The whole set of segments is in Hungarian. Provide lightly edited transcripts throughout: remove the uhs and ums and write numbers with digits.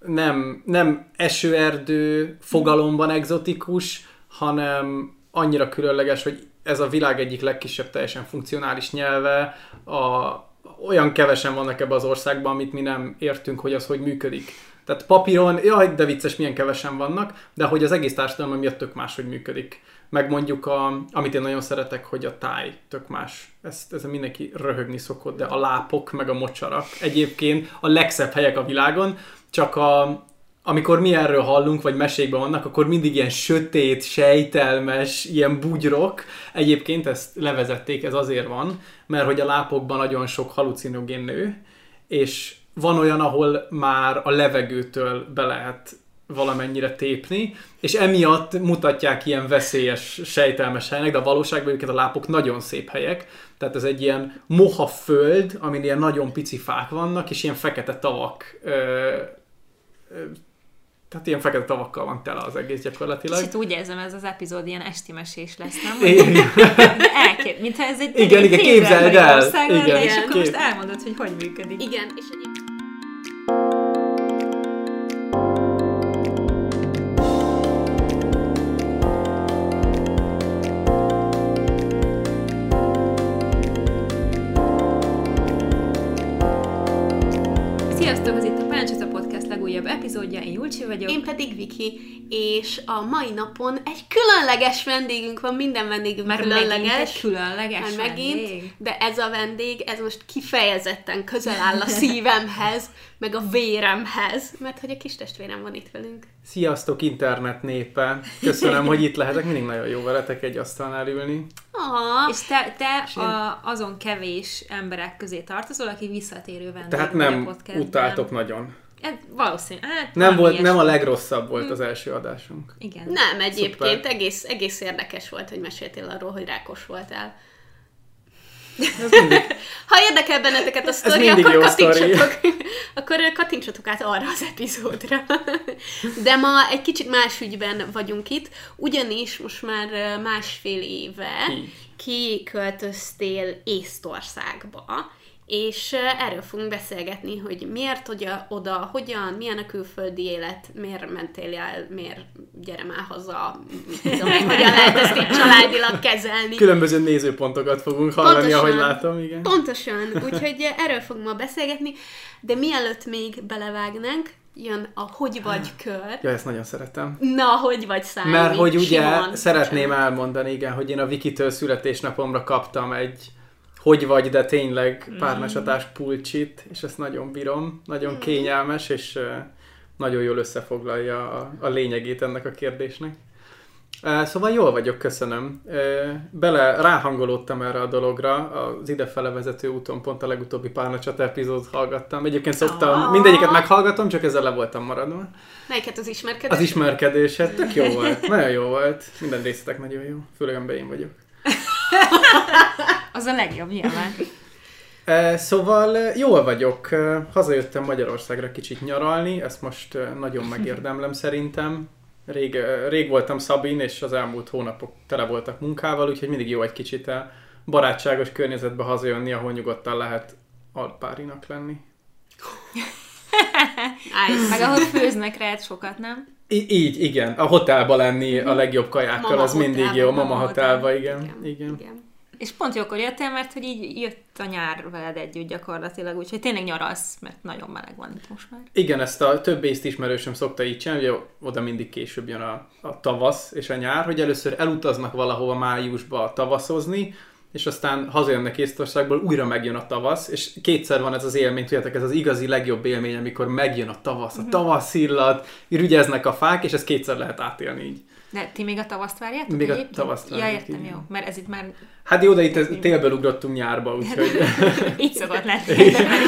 nem esőerdő fogalomban egzotikus, hanem annyira különleges, hogy ez a világ egyik legkisebb teljesen funkcionális nyelve, olyan kevesen vannak ebben az országban, amit mi nem értünk, hogy az hogy működik. Tehát papíron, jaj, de vicces, milyen kevesen vannak, de hogy az egész társadalom miatt tök más, hogy működik. Meg mondjuk, amit én nagyon szeretek, hogy a táj tök más. Ezen mindenki röhögni szokott, de a lápok, meg a mocsarak egyébként a legszebb helyek a világon, csak amikor mi erről hallunk, vagy mesékben vannak, akkor mindig ilyen sötét, sejtelmes, ilyen bugyrok. Egyébként ezt levezették, ez azért van, mert hogy a lápokban nagyon sok halucinogén nő, és van olyan, ahol már a levegőtől be lehet valamennyire tépni, és emiatt mutatják ilyen veszélyes, sejtelmes helynek, de a valóságban őket a lápok nagyon szép helyek. Tehát ez egy ilyen moha föld, amin ilyen nagyon pici fák vannak, és ilyen fekete tavak, tehát ilyen fekete tavakkal van tele az egész gyakorlatilag. Kicsit úgy érzem, ez az epizód ilyen esti mesés lesz, nem? Mintha ez egy igen, képzeld el. Igen, és akkor most elmondod, hogy működik. Igen, és egyébként Sziasztok, ez itt a Pálnacsata Podcast legújabb epizódja, én Julcsi vagyok. Én pedig Viki, és a mai napon egy különleges vendégünk van, minden vendégünk különleges. Különleges vendég. De ez a vendég, ez most kifejezetten közel áll a szívemhez, meg a véremhez, mert hogy a kis testvérem van itt velünk. Sziasztok, internet népe! Köszönöm, hogy itt lehetek, mindig nagyon jó veletek egy asztalnál ülni. És te azon kevés emberek közé tartozol, aki visszatérő vendég. Tehát nem utáltok nagyon. Valószínű. Nem a legrosszabb volt az első adásunk. Igen. Nem, egyébként egész érdekes volt, hogy meséltél arról, hogy rákos voltál. Ha érdekel benneteket a sztori, akkor kattintsatok át arra az epizódra. De ma egy kicsit más ügyben vagyunk itt, ugyanis most már 1,5 éve kiköltöztél Észtországba, és erről fogunk beszélgetni, hogy miért oda, hogyan, milyen a külföldi élet, miért mentél el, miért gyere már haza, hogyan lehet ezt így családilag kezelni. Különböző nézőpontokat fogunk hallani, ahogy látom, igen. Pontosan, úgyhogy erről fogunk ma beszélgetni, de mielőtt még belevágnánk, jön a Hogy vagy kör. Ja, ezt nagyon szeretem. Na, hogy vagy szállni? Mert hogy ugye szeretném elmondani, igen, hogy én a Vikitől születésnapomra kaptam egy hogy vagy, de tényleg párnacsatás pulcsit, és ezt nagyon bírom, nagyon kényelmes, és nagyon jól összefoglalja a lényegét ennek a kérdésnek. Szóval jól vagyok, köszönöm. Ráhangolódtam erre a dologra, az idefele vezető úton pont a legutóbbi párnacsata epizódot hallgattam. Egyébként szoktam, mindegyiket meghallgatom, csak ezzel le voltam maradva. Melyiket, az ismerkedés? Az ismerkedéset, tök jó volt, nagyon jó volt. Minden részletek nagyon jó, főleg amiben én vagyok. Az a legjobb, nyilván. Szóval jól vagyok. Hazajöttem Magyarországra kicsit nyaralni, ezt most nagyon megérdemlem szerintem. Rég voltam Szabin, és az elmúlt hónapok tele voltak munkával, úgyhogy mindig jó egy kicsit a barátságos környezetbe hazajönni, ahol nyugodtan lehet alpárinak lenni. Meg ahol főznek rád sokat, nem? Így, igen. A hotelba lenni a legjobb kajákkal, Mama az mindig jó. Mama hotelba, igen. És pont jókor jöttél, mert hogy így jött a nyár veled együtt gyakorlatilag, úgyhogy tényleg nyaralsz, mert nagyon meleg van itt most már. Igen, ezt a több észt ismerősöm szokta így csinálni, hogy oda mindig később jön a tavasz és a nyár, hogy először elutaznak valahova májusba tavaszozni, és aztán hazajönnek Észtországból, újra megjön a tavasz, és kétszer van ez az élmény, tudjátok, ez az igazi legjobb élmény, amikor megjön a tavasz, a tavaszillat, rügyeznek a fák, és ezt kétszer lehet átélni így. De ti még a tavaszt várjátok? Még a tavaszt várjátok. Ja, értem, jó. Mert ez itt már... Hát jó, de itt télből ugrottunk nyárba, úgyhogy... Így szokott lenni.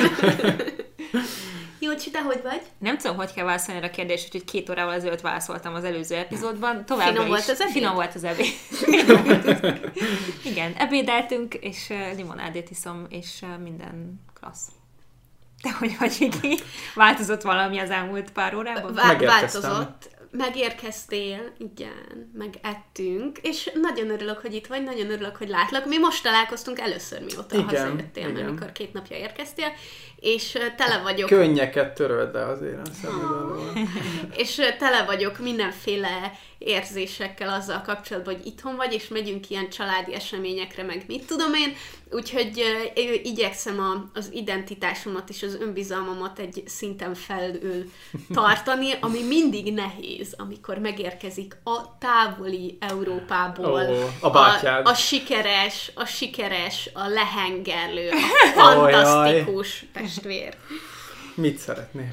Jócsi, te hogy vagy? Nem tudom, hogy kell válaszolni a kérdést, úgyhogy 2 órával ezelőtt válaszoltam az előző epizódban. Továbbra Finom volt az ebéd? Finom volt az ebéd. Igen, ebédeltünk, és limonádét iszom, és minden klassz. Te hogy vagy, Viki? Változott valami az elmúlt pár órában? Változott. Megérkeztél, igen, megettünk, és nagyon örülök, hogy itt vagy, nagyon örülök, hogy látlak. Mi most találkoztunk először, mióta hazajöttél, mert amikor 2 napja érkeztél, és tele vagyok... Könnyeket töröld le azért a szemed alól. És tele vagyok mindenféle érzésekkel azzal kapcsolatban, hogy itthon vagy, és megyünk ilyen családi eseményekre, meg mit tudom én, úgyhogy igyekszem az identitásomat és az önbizalmamat egy szinten felül tartani, ami mindig nehéz, amikor megérkezik a távoli Európából. A bátyád. A sikeres, a lehengerlő, a fantasztikus testvér. Mit szeretnél?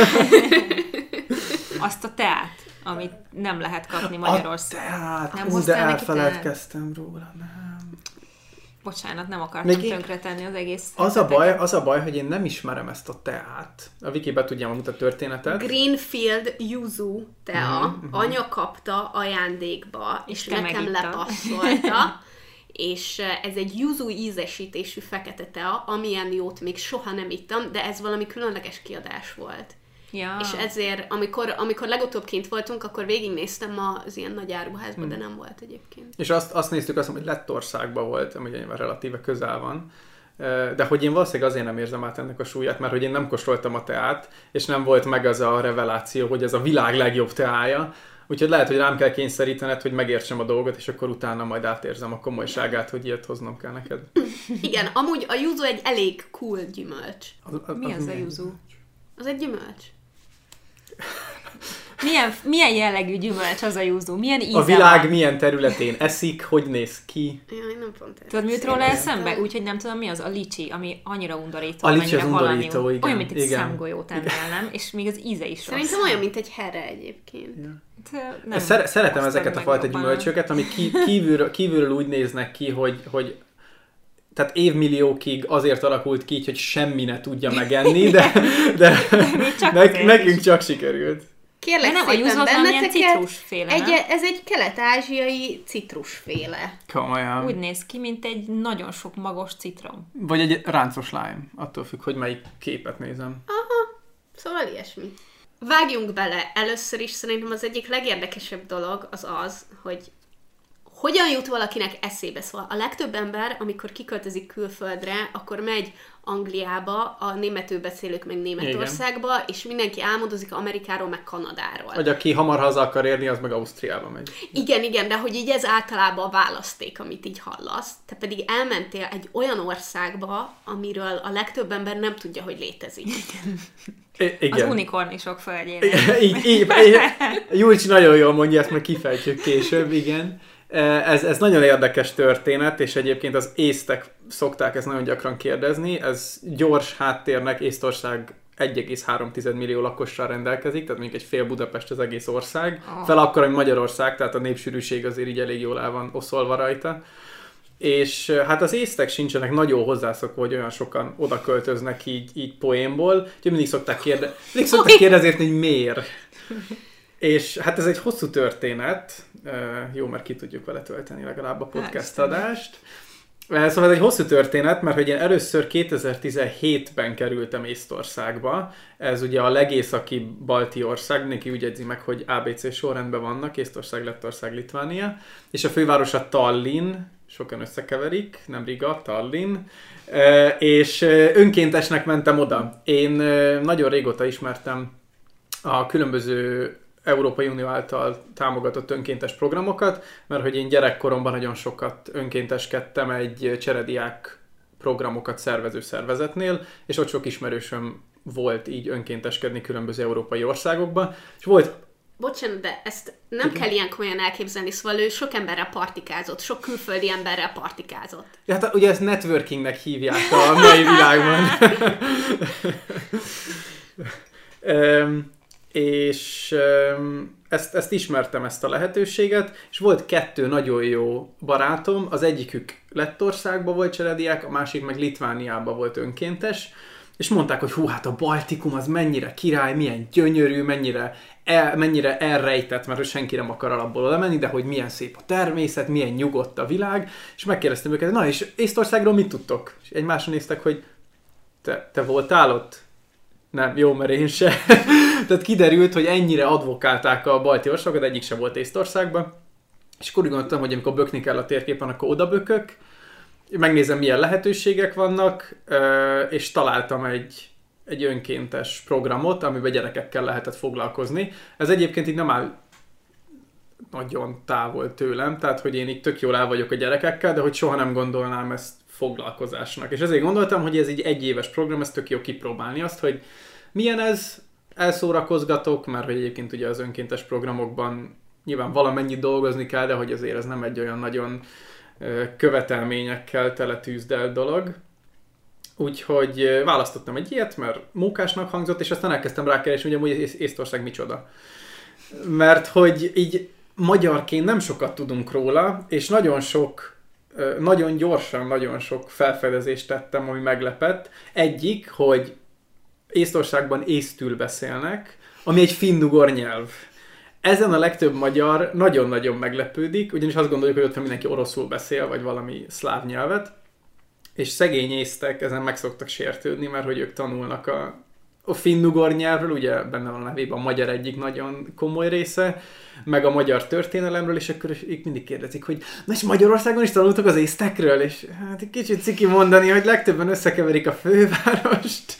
Azt a teát, amit nem lehet kapni Magyarországon. A teát! Nem De elfeledkeztem róla, nem. Bocsánat, nem akartam tönkretenni az egész... Az a baj, hogy én nem ismerem ezt a teát. A Wikibe tudja magát a történetet. Greenfield yuzu tea. Anya kapta ajándékba, és nekem lepasszolta. És ez egy yuzu ízesítésű fekete tea, amilyen jót még soha nem ittam, de ez valami különleges kiadás volt. Ja. És ezért, amikor legutóbb kint voltunk, akkor végignéztem az ilyen nagy áruházban, de nem volt egyébként. És azt néztük, hogy Lettországban volt, ami nyilván relatíve közel van, de hogy én valószínűleg azért nem érzem át ennek a súlyát, mert hogy én nem kóstoltam a teát, és nem volt meg az a reveláció, hogy ez a világ legjobb teája, úgyhogy lehet, hogy rám kell kényszerítened, hogy megértsem a dolgot, és akkor utána majd átérzem a komolyságát, hogy ilyet hoznom kell neked. Igen, amúgy a yuzu egy elég cool gyümölcs. Mi az a yuzu? Az egy gyümölcs. Milyen jellegű gyümölcs az a yuzu? Milyen íze a világ van? milyen területén eszik, hogy néz ki? Jaj, nem pont ez. Tudod, mi jut róla eszembe? Úgyhogy nem tudom, mi az a licsi, ami annyira undorító. A licsi az undorító, igen. Olyan, mint egy szemgolyót ennél, nem? És még az íze is rossz. Szerintem olyan, mint egy here egyébként. Ja. Szeretem ezeket a fajta gyümölcsöket, amik kívülről úgy néznek ki, hogy tehát évmilliókig azért alakult ki, hogy semmi ne tudja megenni, de nekünk csak sikerült. Kérlek nem, szépen, a benneteket citrusféle, ez egy kelet-ázsiai citrusféle. Komolyan. Úgy néz ki, mint egy nagyon sok magos citrom. Vagy egy ráncos lime, attól függ, hogy melyik képet nézem. Aha, szóval ilyesmi. Vágjunk bele. Először is szerintem az egyik legérdekesebb dolog az, hogy hogyan jut valakinek eszébe. Szóval a legtöbb ember, amikor kiköltözik külföldre, akkor megy Angliába, a németül beszélők meg Németországba, igen. És mindenki álmodozik Amerikáról, meg Kanadáról. Vagy aki hamar haza akar érni, az meg Ausztriába megy. Igen, de hogy így ez általában a választék, amit így hallasz. Te pedig elmentél egy olyan országba, amiről a legtöbb ember nem tudja, hogy létezik. Igen. Az unikornisok földjére. Így. Júlcs nagyon jól mondja, ezt meg kifejtjük később, igen. Ez nagyon érdekes történet, és egyébként az észtek szokták ezt nagyon gyakran kérdezni. Ez gyors háttérnek, Észtország 1,3 millió lakossal rendelkezik, tehát mondjuk egy fél Budapest az egész ország. Fel akkor, hogy Magyarország, tehát a népsűrűség azért így elég jól el van oszolva rajta. És hát az észtek sincsenek nagyon hozzászokva, hogy olyan sokan oda költöznek így poénból, úgyhogy mindig szokták kérdezni, hogy miért. És hát ez egy hosszú történet, jó, mert ki tudjuk vele tölteni legalább a podcast adást. Szóval ez egy hosszú történet, mert hogy én először 2017-ben kerültem Észtországba. Ez ugye a legészaki balti ország, mindenki úgy jegyzi meg, hogy ABC sorrendben vannak, Észtország, Lettország, Litvánia, és a fővárosa Tallinn, sokan összekeverik, nem Riga, Tallinn, és önkéntesnek mentem oda. Én nagyon régóta ismertem a különböző Európai Unió által támogatott önkéntes programokat, mert hogy én gyerekkoromban nagyon sokat önkénteskedtem egy cserediák programokat szervező szervezetnél, és ott sok ismerősöm volt így önkénteskedni különböző európai országokban, és volt... Bocsánat, de ezt nem kell ilyen komolyan elképzelni, szóval ő sok emberrel partikázott, sok külföldi emberrel partikázott. Ja, hát ugye ezt networkingnek hívják a mai világban. És ezt ismertem, ezt a lehetőséget, és volt 2 nagyon jó barátom, az egyikük Lettországban volt cserediák, a másik meg Litvániában volt önkéntes, és mondták, hogy hú, hát a Baltikum az mennyire király, milyen gyönyörű, mennyire elrejtett, mert senki nem akar alapból oda menni, de hogy milyen szép a természet, milyen nyugodt a világ, és megkérdeztem őket, na és Észtországról mit tudtok? És egymásra néztek, hogy te voltál ott? Nem, jó, mert én se. Tehát kiderült, hogy ennyire advokálták a balti országokat, egyik se volt Észtországban. És akkor úgy gondoltam, hogy amikor bökni kell a térképen, akkor oda bökök, megnézem, milyen lehetőségek vannak, és találtam egy egy önkéntes programot, amiben gyerekekkel lehetett foglalkozni. Ez egyébként így nem áll nagyon távol tőlem, tehát hogy én így tök jól el vagyok a gyerekekkel, de hogy soha nem gondolnám ezt foglalkozásnak. És ezért gondoltam, hogy ez egy egyéves program, ez tök jó kipróbálni azt, hogy milyen ez, elszórakozgatok, mert hogy egyébként ugye az önkéntes programokban nyilván valamennyit dolgozni kell, de hogy azért ez nem egy olyan nagyon követelményekkel teletűzdelt dolog. Úgyhogy választottam egy ilyet, mert mókásnak hangzott, és aztán elkezdtem rákeresni, hogy amúgy Észtország micsoda. Mert hogy így magyarként nem sokat tudunk róla, és nagyon gyorsan, nagyon sok felfedezést tettem, ami meglepett. Egyik, hogy Észtországban észtül beszélnek, ami egy finnugor nyelv. Ezen a legtöbb magyar nagyon-nagyon meglepődik, ugyanis azt gondoljuk, hogy ott mindenki oroszul beszél, vagy valami szláv nyelvet, és szegény észtek ezen meg szoktak sértődni, mert hogy ők tanulnak a finnugor nyelvről, ugye benne van a nevében a magyar egyik nagyon komoly része, meg a magyar történelemről, és akkor ők mindig kérdezik, hogy na és Magyarországon is tanultok az észtekről, és hát egy kicsit ciki mondani, hogy legtöbben összekeverik a fővárost.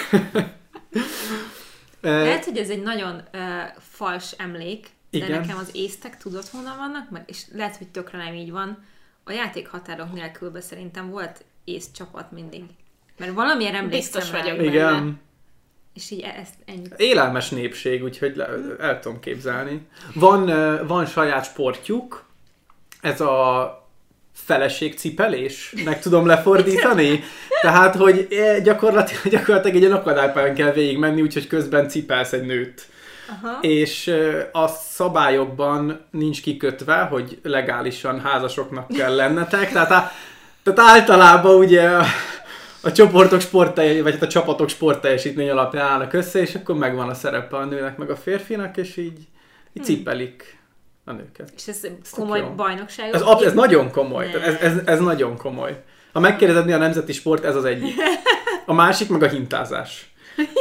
Lehet, hogy ez egy nagyon fals emlék, de igen. Nekem az észtek tudod honnan vannak, meg, és lehet, hogy tökre nem így van. A játékhatárok nélkülben szerintem volt ész csapat mindig. Mert valamiért emlékszem Biztos vagyok rá. Igen. És így ezt ennyi. Élelmes népség, úgyhogy el tudom képzelni. Van saját sportjuk, ez a feleségcipelésnek tudom lefordítani. Tehát, hogy gyakorlatilag egy ilyen akadálypályán kell végigmenni, úgyhogy közben cipelsz egy nőt. Aha. És a szabályokban nincs kikötve, hogy legálisan házasoknak kell lennetek. Tehát általában ugye a csoportok vagy a csapatok sportteljesítmény alapján állnak össze, és akkor megvan a szerepe a nőnek meg a férfinak, és így cipelik a nőket. És ez komoly bajnokság? Ez nagyon komoly. Ez nagyon komoly. Ha megkérdezed, mi a nemzeti sport, ez az egyik. A másik meg a hintázás.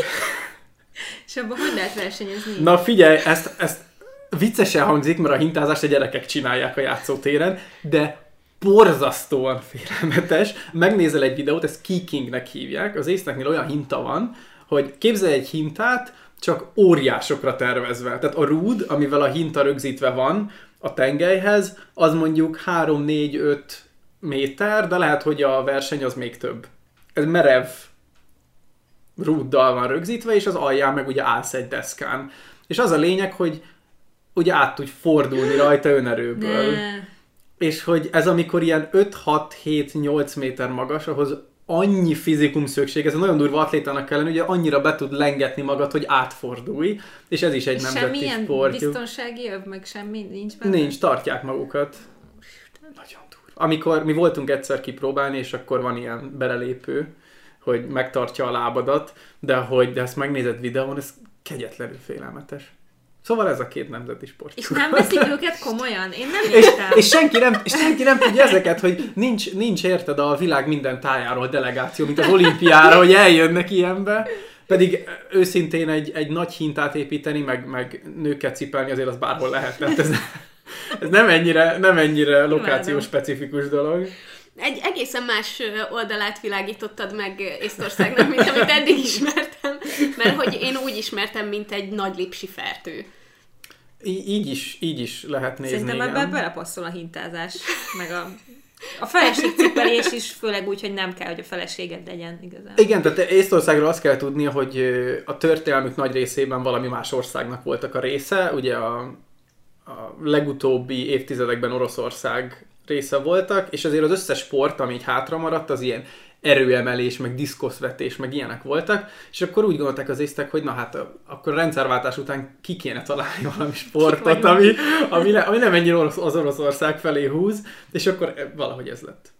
És abban hogy lehet versenyezni? Na figyelj, ezt viccesen hangzik, mert a hintázást a gyerekek csinálják a játszótéren, de borzasztóan félelmetes. Megnézel egy videót, ezt kikingnek hívják, az észteknél olyan hinta van, hogy képzelj egy hintát, csak óriásokra tervezve. Tehát a rúd, amivel a hinta rögzítve van a tengelyhez, az mondjuk 3-4-5 méter, de lehet, hogy a verseny az még több. Ez merev rúddal van rögzítve, és az alján meg ugye állsz egy deszkán. És az a lényeg, hogy ugye át tudj fordulni rajta önerőből. És hogy ez amikor ilyen 5-6-7-8 méter magas, ahhoz annyi fizikum szükség, ez nagyon durva atlétának kell lenni, ugye annyira be tud lengetni magad, hogy átfordulj, és ez is egy nemzeti semmilyen sportjuk. biztonsági öv, meg semmi nincs benne? Nincs, tartják magukat. Nagyon durva. Amikor mi voltunk egyszer kipróbálni, és akkor van ilyen belelépő, hogy megtartja a lábadat, de ezt megnézed videón, ez kegyetlenül félelmetes. Szóval ez a két nemzeti sport. És nem veszik őket komolyan? Én nem értem. És senki nem tudja ezeket, hogy nincs érted a világ minden tájáról delegáció, mint az olimpiára, hogy eljönnek ilyenbe. Pedig őszintén egy nagy hintát építeni, meg nőket cipelni azért az bárhol lehet. Tehát ez nem ennyire lokációs specifikus dolog. Egy egészen más oldalát világítottad meg Észtországnak, mint amit eddig ismertem, mert hogy én úgy ismertem, mint egy nagy lipsi fertő. Így is lehet nézni. Szerintem ebben belepasszol a hintázás, meg a feleségcipelés is, főleg úgy, hogy nem kell, hogy a feleséged legyen igazán. Igen, tehát Észtországról azt kell tudnia, hogy a történelmük nagy részében valami más országnak voltak a része. Ugye a legutóbbi évtizedekben Oroszország része voltak, és azért az összes sport, ami így hátra maradt, az ilyen erőemelés, meg diszkoszvetés, meg ilyenek voltak, és akkor úgy gondolták az észtek, hogy na hát akkor a rendszerváltás után ki kéne találni valami sportot, ami nem ennyire az Oroszország felé húz, és akkor valahogy ez lett.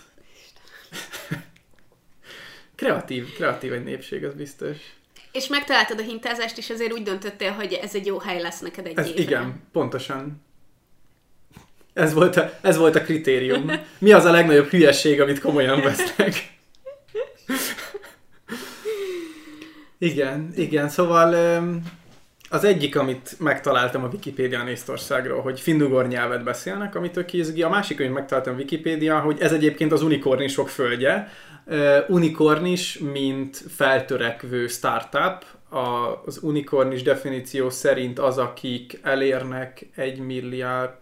Kreatív egy népség, az biztos. És megtaláltad a hintázást, és azért úgy döntöttél, hogy ez egy jó hely lesz neked egy évre. Igen, pontosan. Ez volt a kritérium. Mi az a legnagyobb hülyesség, amit komolyan vesznek? Igen, szóval Az egyik, amit megtaláltam a Wikipédián Észtországról, hogy finnugor nyelvet beszélnek, amit tök izgi. A másik, amit megtaláltam a Wikipédián, hogy ez egyébként az unikornisok földje. Unikornis, mint feltörekvő startup. Az unikornis definíció szerint az, akik elérnek $1 milliárd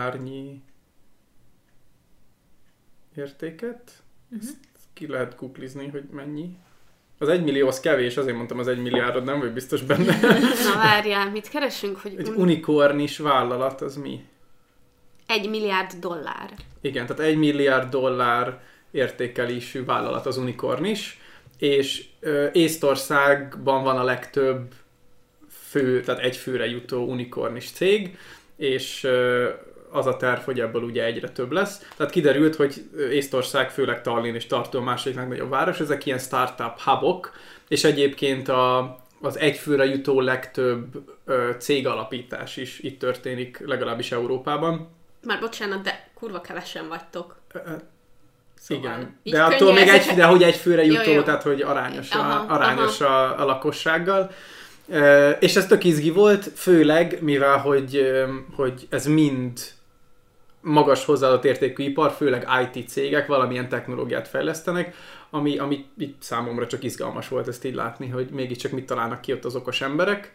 értéket. Ezt ki lehet googlizni, hogy mennyi. Az 1 millió az kevés, azért mondtam az 1 milliárdot, nem vagy biztos benne. Na várjál, mit keresünk? Hogy Egy unikornis vállalat az mi? $1 milliárd. Igen, tehát $1 milliárd értékelésű vállalat az unikornis, és Észtországban van a legtöbb tehát egy főre jutó unikornis cég, és az a terv, hogy ebből ugye egyre több lesz. Tehát kiderült, hogy Észtország, főleg Tallinn és Tartu a második legnagyobb város, ezek ilyen startup hubok, és egyébként az egy főre jutó legtöbb cégalapítás is itt történik, legalábbis Európában. Már bocsánat, de kurva kevesen vagytok. Szóval igen, de attól még hogy egy főre jutó, jó. Tehát hogy arányos a lakossággal. És ez tök izgi volt, főleg mivel, hogy ez mind magas hozzáadott értékű ipar, főleg IT cégek valamilyen technológiát fejlesztenek, ami itt számomra csak izgalmas volt ezt így látni, hogy mégiscsak mit találnak ki ott az okos emberek.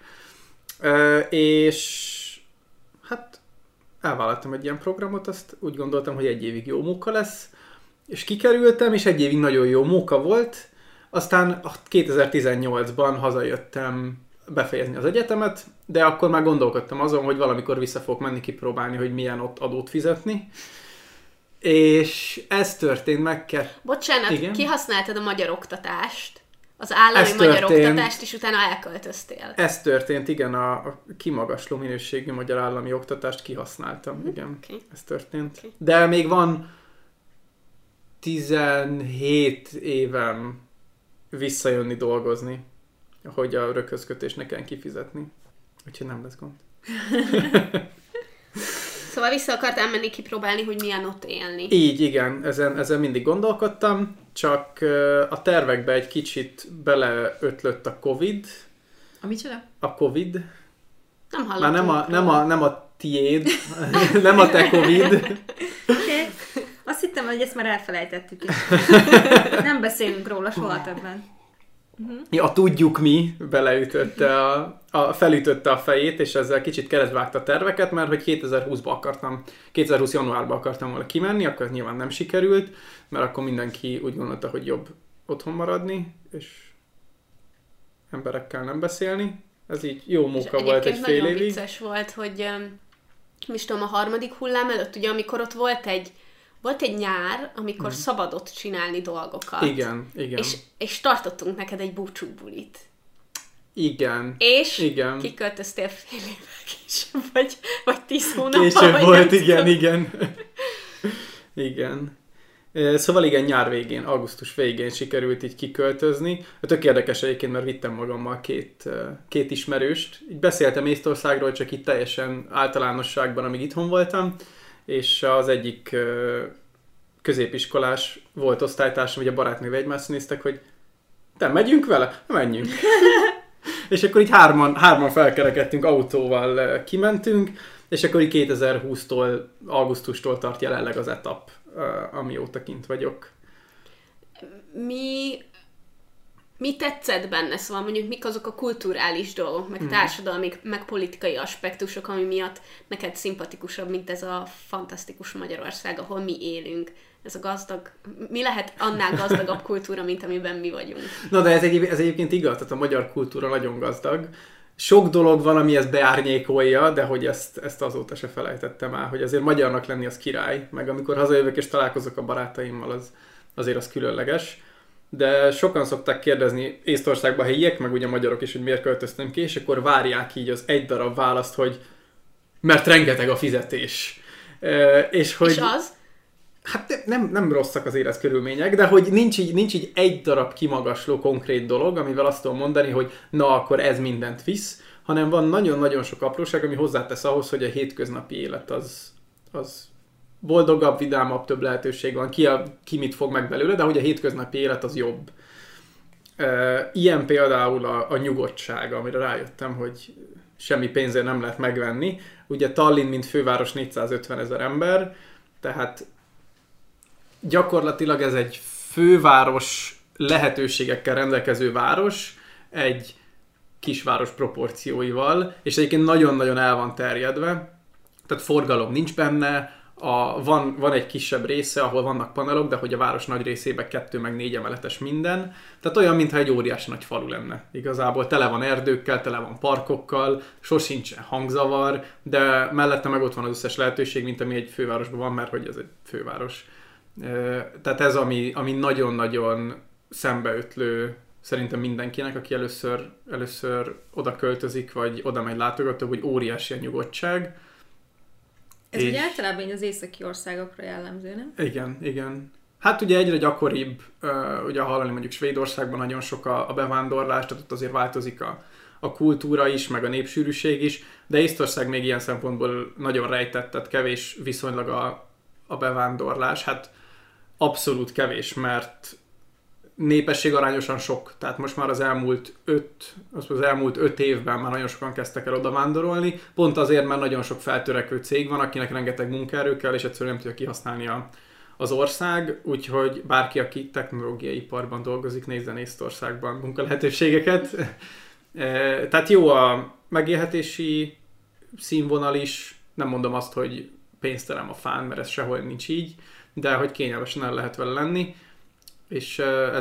És hát elvállaltam egy ilyen programot, azt úgy gondoltam, hogy 1 évig jó munka lesz, és kikerültem, és 1 évig nagyon jó munka volt, aztán 2018-ban hazajöttem befejezni az egyetemet, de akkor már gondolkodtam azon, hogy valamikor vissza fogok menni kipróbálni, hogy milyen ott adót fizetni. És ez történt meg. Bocsánat, igen? Kihasználtad a magyar oktatást, az állami magyar oktatást, és utána elköltöztél. Ez történt, igen, a kimagasló minőségű magyar állami oktatást kihasználtam, igen, ez történt. Okay. De még van 17 évem visszajönni dolgozni, hogy a röghözkötést ne kelljen kifizetni. Úgyhogy nem lesz gond. Szóval vissza akartál menni kipróbálni, hogy milyen ott élni. Így, igen. Ezen mindig gondolkodtam, csak a tervekbe egy kicsit beleötlött a Covid. A micsoda? A Covid. Nem hallottam. Már nem a tiéd, nem a te Covid. Okay. Azt hittem, hogy ezt már elfelejtettük is. Nem beszélünk róla soha többen. Ja, tudjuk mi, felütötte a fejét, és ezzel kicsit keresztvágta a terveket, mert hogy 2020 januárban akartam volna kimenni, akkor nyilván nem sikerült, mert akkor mindenki úgy gondolta, hogy jobb otthon maradni, és emberekkel nem beszélni. Ez így jó munka volt egy fél évig. Nagyon vicces volt, hogy most tudom, a 3. hullám előtt, ugye amikor ott volt egy nyár, amikor szabadott csinálni dolgokat. Igen. És tartottunk neked egy búcsúbulit. Igen. És igen. Kiköltöztél fél évvel később, vagy 10 hónappal. Később volt, igen. Igen. Szóval igen, nyár végén, augusztus végén sikerült így kiköltözni. Tök érdekes egyébként, mert vittem magammal két ismerőst. Így beszéltem Észtországról, csak itt teljesen általánosságban, amíg itthon voltam. És az egyik középiskolás volt osztálytársam, hogy a barátnővel egymást néztek, hogy te megyünk vele? Menjünk. És akkor így hárman felkerekedtünk, autóval kimentünk, és akkor így 2020-tól, augusztustól tart jelenleg az etap, amióta kint vagyok. Mi tetszett benne? Szóval mondjuk mik azok a kulturális dolgok, meg társadalmi, meg politikai aspektusok, ami miatt neked szimpatikusabb, mint ez a fantasztikus Magyarország, ahol mi élünk. Ez a gazdag, mi lehet annál gazdagabb kultúra, mint amiben mi vagyunk? Na, de ez egyébként igaz, tehát a magyar kultúra nagyon gazdag. Sok dolog van, ami ezt beárnyékolja, de hogy ezt azóta se felejtettem el, hogy azért magyarnak lenni az király, meg amikor hazajövök és találkozok a barátaimmal, azért az különleges. De sokan szokták kérdezni Észtországban helyiek, meg ugye magyarok is, hogy miért költöztem ki, és akkor várják így az egy darab választ, hogy mert rengeteg a fizetés. És az? Hát nem rosszak az életkörülmények, de hogy nincs így egy darab kimagasló konkrét dolog, amivel azt tudom mondani, hogy na, akkor ez mindent visz, hanem van nagyon-nagyon sok apróság, ami hozzátesz ahhoz, hogy a hétköznapi élet az boldogabb, vidámabb, több lehetőség van, ki mit fog meg belőle, de hogy a hétköznapi élet az jobb. Ilyen például a nyugodtság, amire rájöttem, hogy semmi pénzért nem lehet megvenni. Ugye Tallinn, mint főváros 450 000 ember, tehát gyakorlatilag ez egy főváros lehetőségekkel rendelkező város, egy kisváros proporcióival, és egyébként nagyon-nagyon el van terjedve, tehát forgalom nincs benne, van egy kisebb része, ahol vannak panelok, de hogy a város nagy részében 2 meg 4 emeletes minden. Tehát olyan, mintha egy óriási nagy falu lenne. Igazából tele van erdőkkel, tele van parkokkal, sosincsen hangzavar, de mellette meg ott van az összes lehetőség, mint ami egy fővárosban van, mert hogy ez egy főváros. Tehát ez, ami nagyon-nagyon szembeötlő szerintem mindenkinek, aki először oda költözik, vagy oda megy látogató, hogy óriási a nyugodtság. Ez ugye általában az északi országokra jellemző, nem? Igen. Hát ugye egyre gyakoribb, ugye hallani mondjuk Svédországban nagyon sok a bevándorlás, tehát ott azért változik a kultúra is, meg a népsűrűség is, de Észtország még ilyen szempontból nagyon rejtett, tehát kevés viszonylag a bevándorlás. Hát abszolút kevés, mert népességarányosan sok. Tehát most már az elmúlt 5 évben már nagyon sokan kezdtek el oda vándorolni, pont azért, mert nagyon sok feltörekvő cég van, akinek rengeteg munkaerő kell, és egyszerűen nem tudja kihasználni az ország, úgyhogy bárki, aki technológiai iparban dolgozik, nézzen Észtországban munkalehetőségeket. Tehát jó a megélhetési színvonal is, nem mondom azt, hogy pénzterem a fán, mert ez sehol nincs így, de hogy kényelmesen el lehet vele lenni, és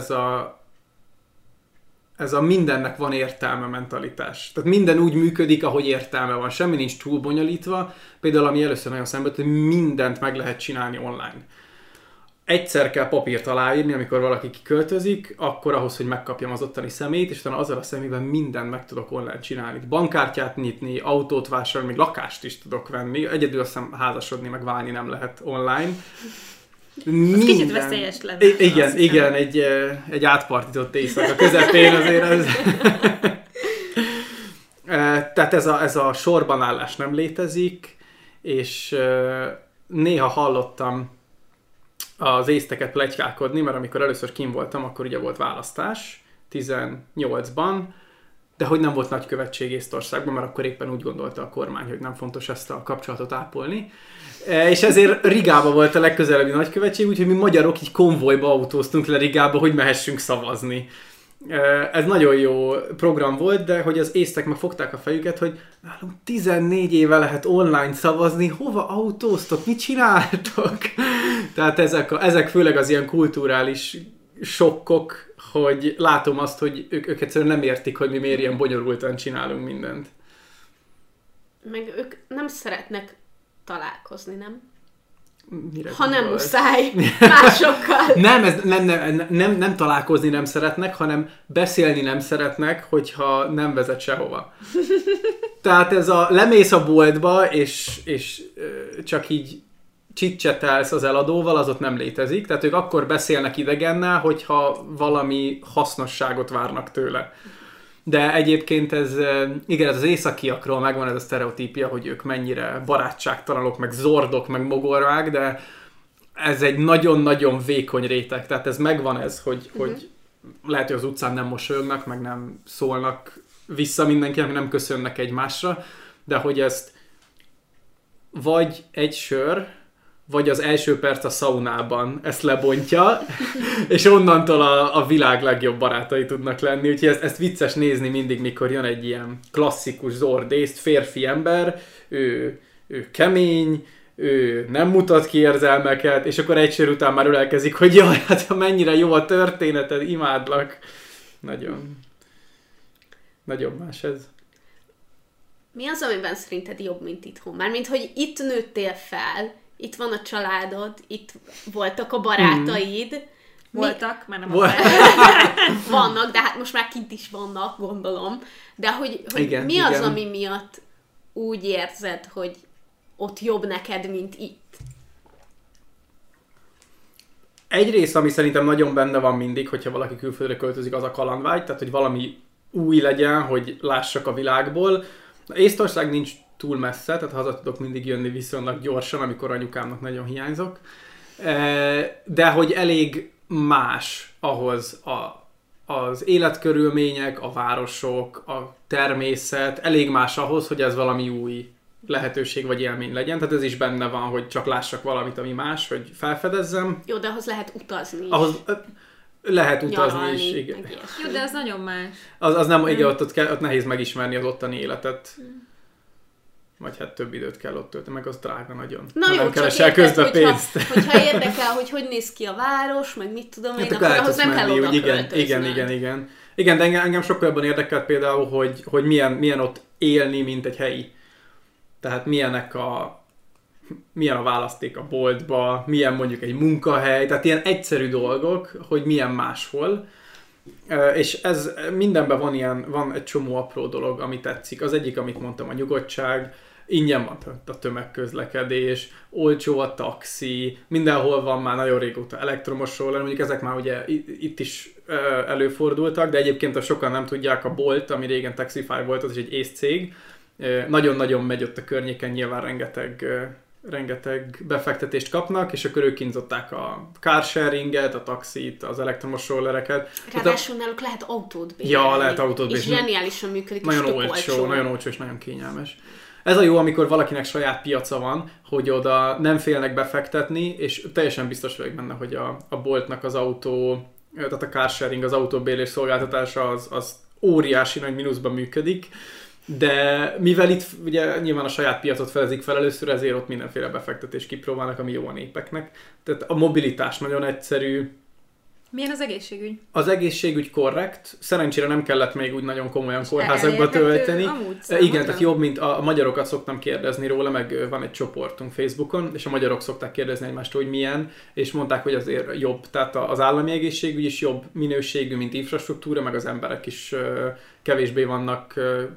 ez a mindennek van értelme mentalitás. Tehát minden úgy működik, ahogy értelme van. Semmi nincs túl bonyolítva. Például, ami először nagyon szembe, hogy mindent meg lehet csinálni online. Egyszer kell papírt aláírni, amikor valaki kiköltözik, akkor ahhoz, hogy megkapjam az ottani személyt, és utána azzal a személyben mindent meg tudok online csinálni. Bankkártyát nyitni, autót vásárolni, még lakást is tudok venni. Egyedül azt hiszem házasodni, meg válni nem lehet online. Az kicsit veszélyes lenne. Igen, egy átpartított éjszaka közepén azért ez... Tehát ez a sorbanállás nem létezik, és néha hallottam az észteket pletykálkodni, mert amikor először kim voltam, akkor ugye volt választás 18-ban, de hogy nem volt nagykövetség Észtországban, mert akkor éppen úgy gondolta a kormány, hogy nem fontos ezt a kapcsolatot ápolni. És ezért Rigába volt a legközelebbi nagykövetség, úgyhogy mi magyarok így konvojba autóztunk le Rigába, hogy mehessünk szavazni. Ez nagyon jó program volt, de hogy az észtek meg fogták a fejüket, hogy nálunk 14 éve lehet online szavazni, hova autóztok, mit csináltok? Tehát ezek főleg az ilyen kulturális sokkok, hogy látom azt, hogy ők egyszerűen nem értik, hogy mi miért ilyen bonyolultan csinálunk mindent. Meg ők nem szeretnek találkozni, nem? Mire ha nem muszáj másokkal. Nem találkozni nem szeretnek, hanem beszélni nem szeretnek, hogyha nem vezet sehova. Tehát ez lemész a boltba, és csak így chit-chattelsz az eladóval, az ott nem létezik. Tehát ők akkor beszélnek idegennel, hogyha valami hasznosságot várnak tőle. De egyébként ez az északiakról megvan ez a sztereotípia, hogy ők mennyire barátságtalanok, meg zordok, meg mogorvák, de ez egy nagyon-nagyon vékony réteg. Tehát ez megvan ez, hogy lehet, hogy az utcán nem mosolyognak, meg nem szólnak vissza mindenkinek, nem köszönnek egymásra, de hogy ezt vagy egy sör, vagy az első perc a szaunában ezt lebontja, és onnantól a világ legjobb barátai tudnak lenni. Úgyhogy ezt vicces nézni mindig, mikor jön egy ilyen klasszikus zordészt, férfi ember, ő kemény, ő nem mutat ki érzelmeket, és akkor egy sör után már ölelkezik, hogy jaj, hát mennyire jó a történeted, imádlak. Nagyon más ez. Mi az, amiben szerinted jobb, mint itthon? Mármint, hogy itt nőttél fel, itt van a családod, itt voltak a barátaid. Voltak, már nem vannak, de hát most már kint is vannak, gondolom. De hogy igen, mi az, ami miatt úgy érzed, hogy ott jobb neked, mint itt? Egyrészt, ami szerintem nagyon benne van mindig, hogyha valaki külföldre költözik, az a kalandvágy, tehát hogy valami új legyen, hogy lássak a világból. Észtország nincs túl messze, tehát haza tudok mindig jönni viszonylag gyorsan, amikor anyukámnak nagyon hiányzok. De hogy elég más ahhoz az életkörülmények, a városok, a természet elég más ahhoz, hogy ez valami új lehetőség vagy élmény legyen. Tehát ez is benne van, hogy csak lássak valamit, ami más, hogy felfedezzem. Jó, de ahhoz lehet utazni is. Ahhoz lehet utazni Nyaralni, is, igen. meg ilyesmi. Jó, de az nagyon más. Az nem, igen, ott nehéz megismerni az ottani életet. Vagy hát több időt kell ott tölteni, meg az drága nagyon. Na jó, nem csak keresel érted, közben pénzt. hogyha érdekel, hogy néz ki a város, meg mit tudom én, akkor ahhoz nem kell oda Igen. Igen, de engem sokkal jobban érdekelt például, hogy milyen ott élni, mint egy helyi. Tehát milyen a választék a boltba, milyen mondjuk egy munkahely, tehát ilyen egyszerű dolgok, hogy milyen máshol. És ez mindenben van egy csomó apró dolog, ami tetszik. Az egyik, amit mondtam, a nyugodtság, ingyen van a tömegközlekedés, olcsó a taxi, mindenhol van már nagyon régóta elektromos roller, mondjuk ezek már ugye itt is előfordultak, de egyébként sokan nem tudják, a Bolt, ami régen Taxify volt, az is egy észcég, nagyon-nagyon megy ott a környéken, nyilván rengeteg befektetést kapnak, és akkor ők kínzották a carsharinget, a taxit, az elektromos rollereket. Ráadásul náluk lehet autót bérelni. Ja, lehet autót bérelni. És zseniálisan működik, nagyon olcsó. Nagyon olcsó és nagyon kényelmes. Ez a jó, amikor valakinek saját piaca van, hogy oda nem félnek befektetni, és teljesen biztos vagyok benne, hogy a Boltnak az autó, tehát a carsharing, az autóbérlés szolgáltatása az óriási nagy mínuszban működik, de mivel itt ugye nyilván a saját piacot felezik fel először, ezért ott mindenféle befektetést kipróbálnak, ami jó a népeknek. Tehát a mobilitás nagyon egyszerű. Milyen az egészségügy? Az egészségügy korrekt. Szerencsére nem kellett még úgy nagyon komolyan kórházakba tölteni. Igen, tehát jobb, mint a magyarokat szoktam kérdezni róla, meg van egy csoportunk Facebookon, és a magyarok szokták kérdezni egymástól, hogy milyen, és mondták, hogy azért jobb. Tehát az állami egészségügy is jobb minőségű, mint infrastruktúra, meg az emberek is kevésbé vannak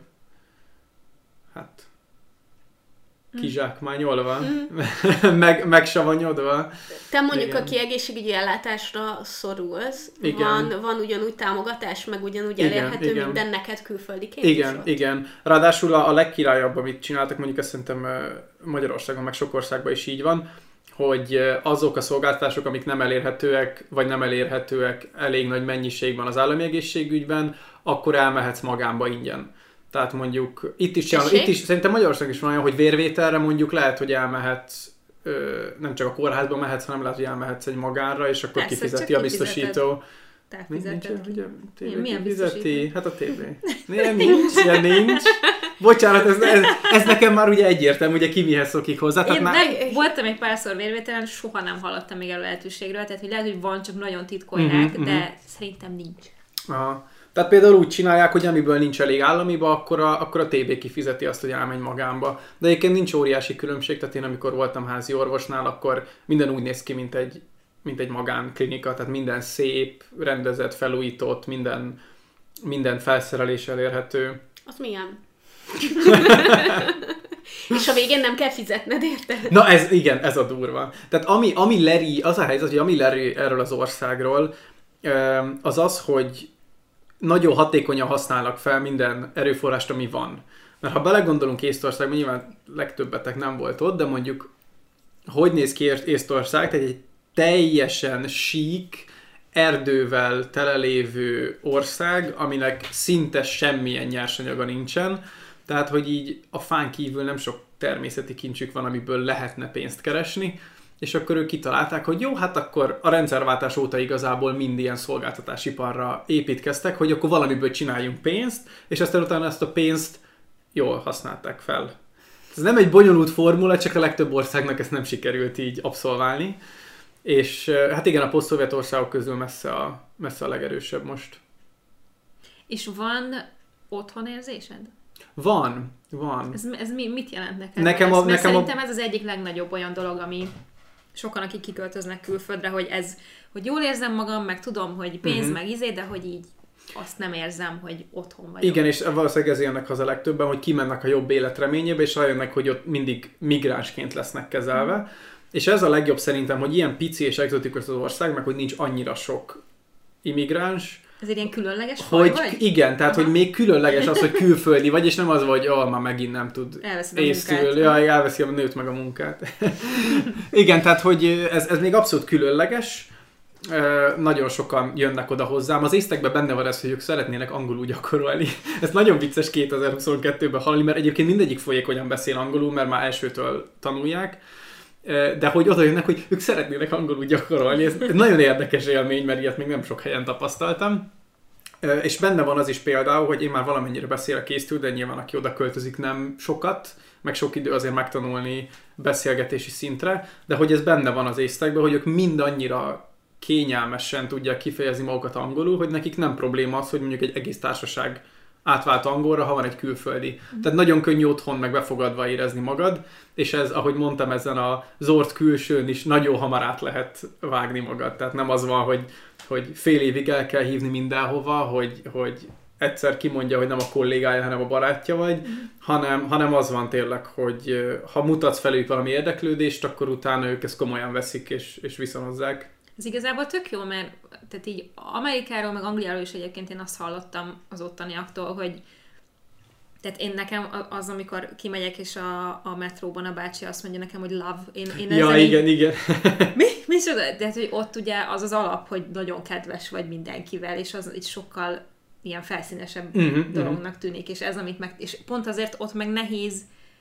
kizsákmányolva, megsavanyodva. Te mondjuk, aki egészségügyi ellátásra szorulsz, van ugyanúgy támogatás, meg ugyanúgy elérhető minden neked külföldiként Igen. Ráadásul a legkirályabb, amit csináltak, mondjuk ezt szerintem Magyarországon, meg sok országban is így van, hogy azok a szolgáltatások, amik nem elérhetőek, vagy nem elérhetőek elég nagy mennyiségben az állami egészségügyben, akkor elmehetsz magánba ingyen. Tehát mondjuk itt is szerintem Magyarországon is van olyan, hogy vérvételre mondjuk lehet, hogy elmehetsz, nem csak a kórházba mehetsz, hanem lehet, hogy elmehetsz egy magánra, és akkor persze, kifizeti a biztosító. Te fizeted. Milyen biztosító? Hát a TV. Nincs. Bocsánat, ez nekem már ugye egyértelmű, ugye ki mihez szokik hozzá. Voltam egy párszor vérvételen, soha nem hallottam még erről a lehetőségről, tehát hogy lehet, hogy van, csak nagyon titkolják, de szerintem nincs. Aha. Tehát például úgy csinálják, hogy amiből nincs elég államiba, akkor a TB kifizeti azt, hogy elmegy magánba. De egyébként nincs óriási különbség, tehát én amikor voltam házi orvosnál, akkor minden úgy néz ki, mint egy magánklinika, tehát minden szép, rendezett, felújított, minden felszerelés elérhető. Az milyen? És a végén nem kell fizetned, érted? Na ez a durva. Tehát az a helyzet, hogy ami leri erről az országról, az, hogy nagyon hatékonyan használnak fel minden erőforrást, ami van. Mert ha belegondolunk Észtországban, nyilván legtöbbetek nem volt ott, de mondjuk hogy néz ki Észtország, tehát egy teljesen sík, erdővel telelévő ország, aminek szinte semmilyen nyersanyaga nincsen, tehát hogy így a fán kívül nem sok természeti kincsük van, amiből lehetne pénzt keresni, és akkor ők kitalálták, hogy jó, hát akkor a rendszerváltás óta igazából mind ilyen szolgáltatásiparra építkeztek, hogy akkor valamiből csináljunk pénzt, és aztán utána ezt a pénzt jól használták fel. Ez nem egy bonyolult formula, csak a legtöbb országnak ezt nem sikerült így abszolválni. És hát igen, a posztszovjet országok közül messze a legerősebb most. És van otthonérzésed? Van. Ez mit jelent neked? Szerintem ez az egyik legnagyobb olyan dolog, ami sokan, akik kiköltöznek külföldre, hogy jól érzem magam, meg tudom, hogy pénz, meg de hogy így azt nem érzem, hogy otthon vagyok. Igen, és valószínűleg ez jönnek haza legtöbben, hogy kimennek a jobb élet reményébe, és rájönnek, hogy ott mindig migránsként lesznek kezelve. És ez a legjobb szerintem, hogy ilyen pici és egzotikus az ország, meg hogy nincs annyira sok immigráns. Ez egy ilyen különleges faj vagy? Igen, tehát hogy még különleges az, hogy külföldi vagy, és nem az, hogy már megint nem tud észtül. Elveszi a nőt meg a munkát. Igen, tehát hogy ez még abszolút különleges, nagyon sokan jönnek oda hozzám. Az észtekben benne van ez, hogy ők szeretnének angolul gyakorolni. Ez nagyon vicces 2022-ben hallani, mert egyébként mindegyik folyékonyan beszél angolul, mert már elsőtől tanulják. De hogy oda jönnek, hogy ők szeretnének angolul gyakorolni. Ez nagyon érdekes élmény, mert ilyet még nem sok helyen tapasztaltam. És benne van az is például, hogy én már valamennyire beszélek észtül, de nyilván aki oda költözik nem sokat, meg sok idő azért megtanulni beszélgetési szintre, de hogy ez benne van az észtekben, hogy ők mind annyira kényelmesen tudják kifejezni magukat angolul, hogy nekik nem probléma az, hogy mondjuk egy egész társaság átvált angolra, ha van egy külföldi. Tehát nagyon könnyű otthon meg befogadva érezni magad, és ez, ahogy mondtam, ezen a zord külsőn is nagyon hamar át lehet vágni magad. Tehát nem az van, hogy fél évig el kell hívni mindenhova, hogy egyszer kimondja, hogy nem a kollégája, hanem a barátja vagy, hanem az van tényleg, hogy ha mutatsz felük valami érdeklődést, akkor utána ők ezt komolyan veszik és viszonozzák. Ez igazából tök jó, mert tehát így Amerikáról, meg Angliáról is egyébként én azt hallottam az ottaniaktól, hogy tehát én nekem az, amikor kimegyek, és a metróban a bácsi azt mondja nekem, hogy love. Én ja, igen, igen. Mi csoda? Tehát, hogy ott ugye az az alap, hogy nagyon kedves vagy mindenkivel, és az így sokkal ilyen felszínesebb dolognak tűnik, és ez, amit és pont azért ott meg nehéz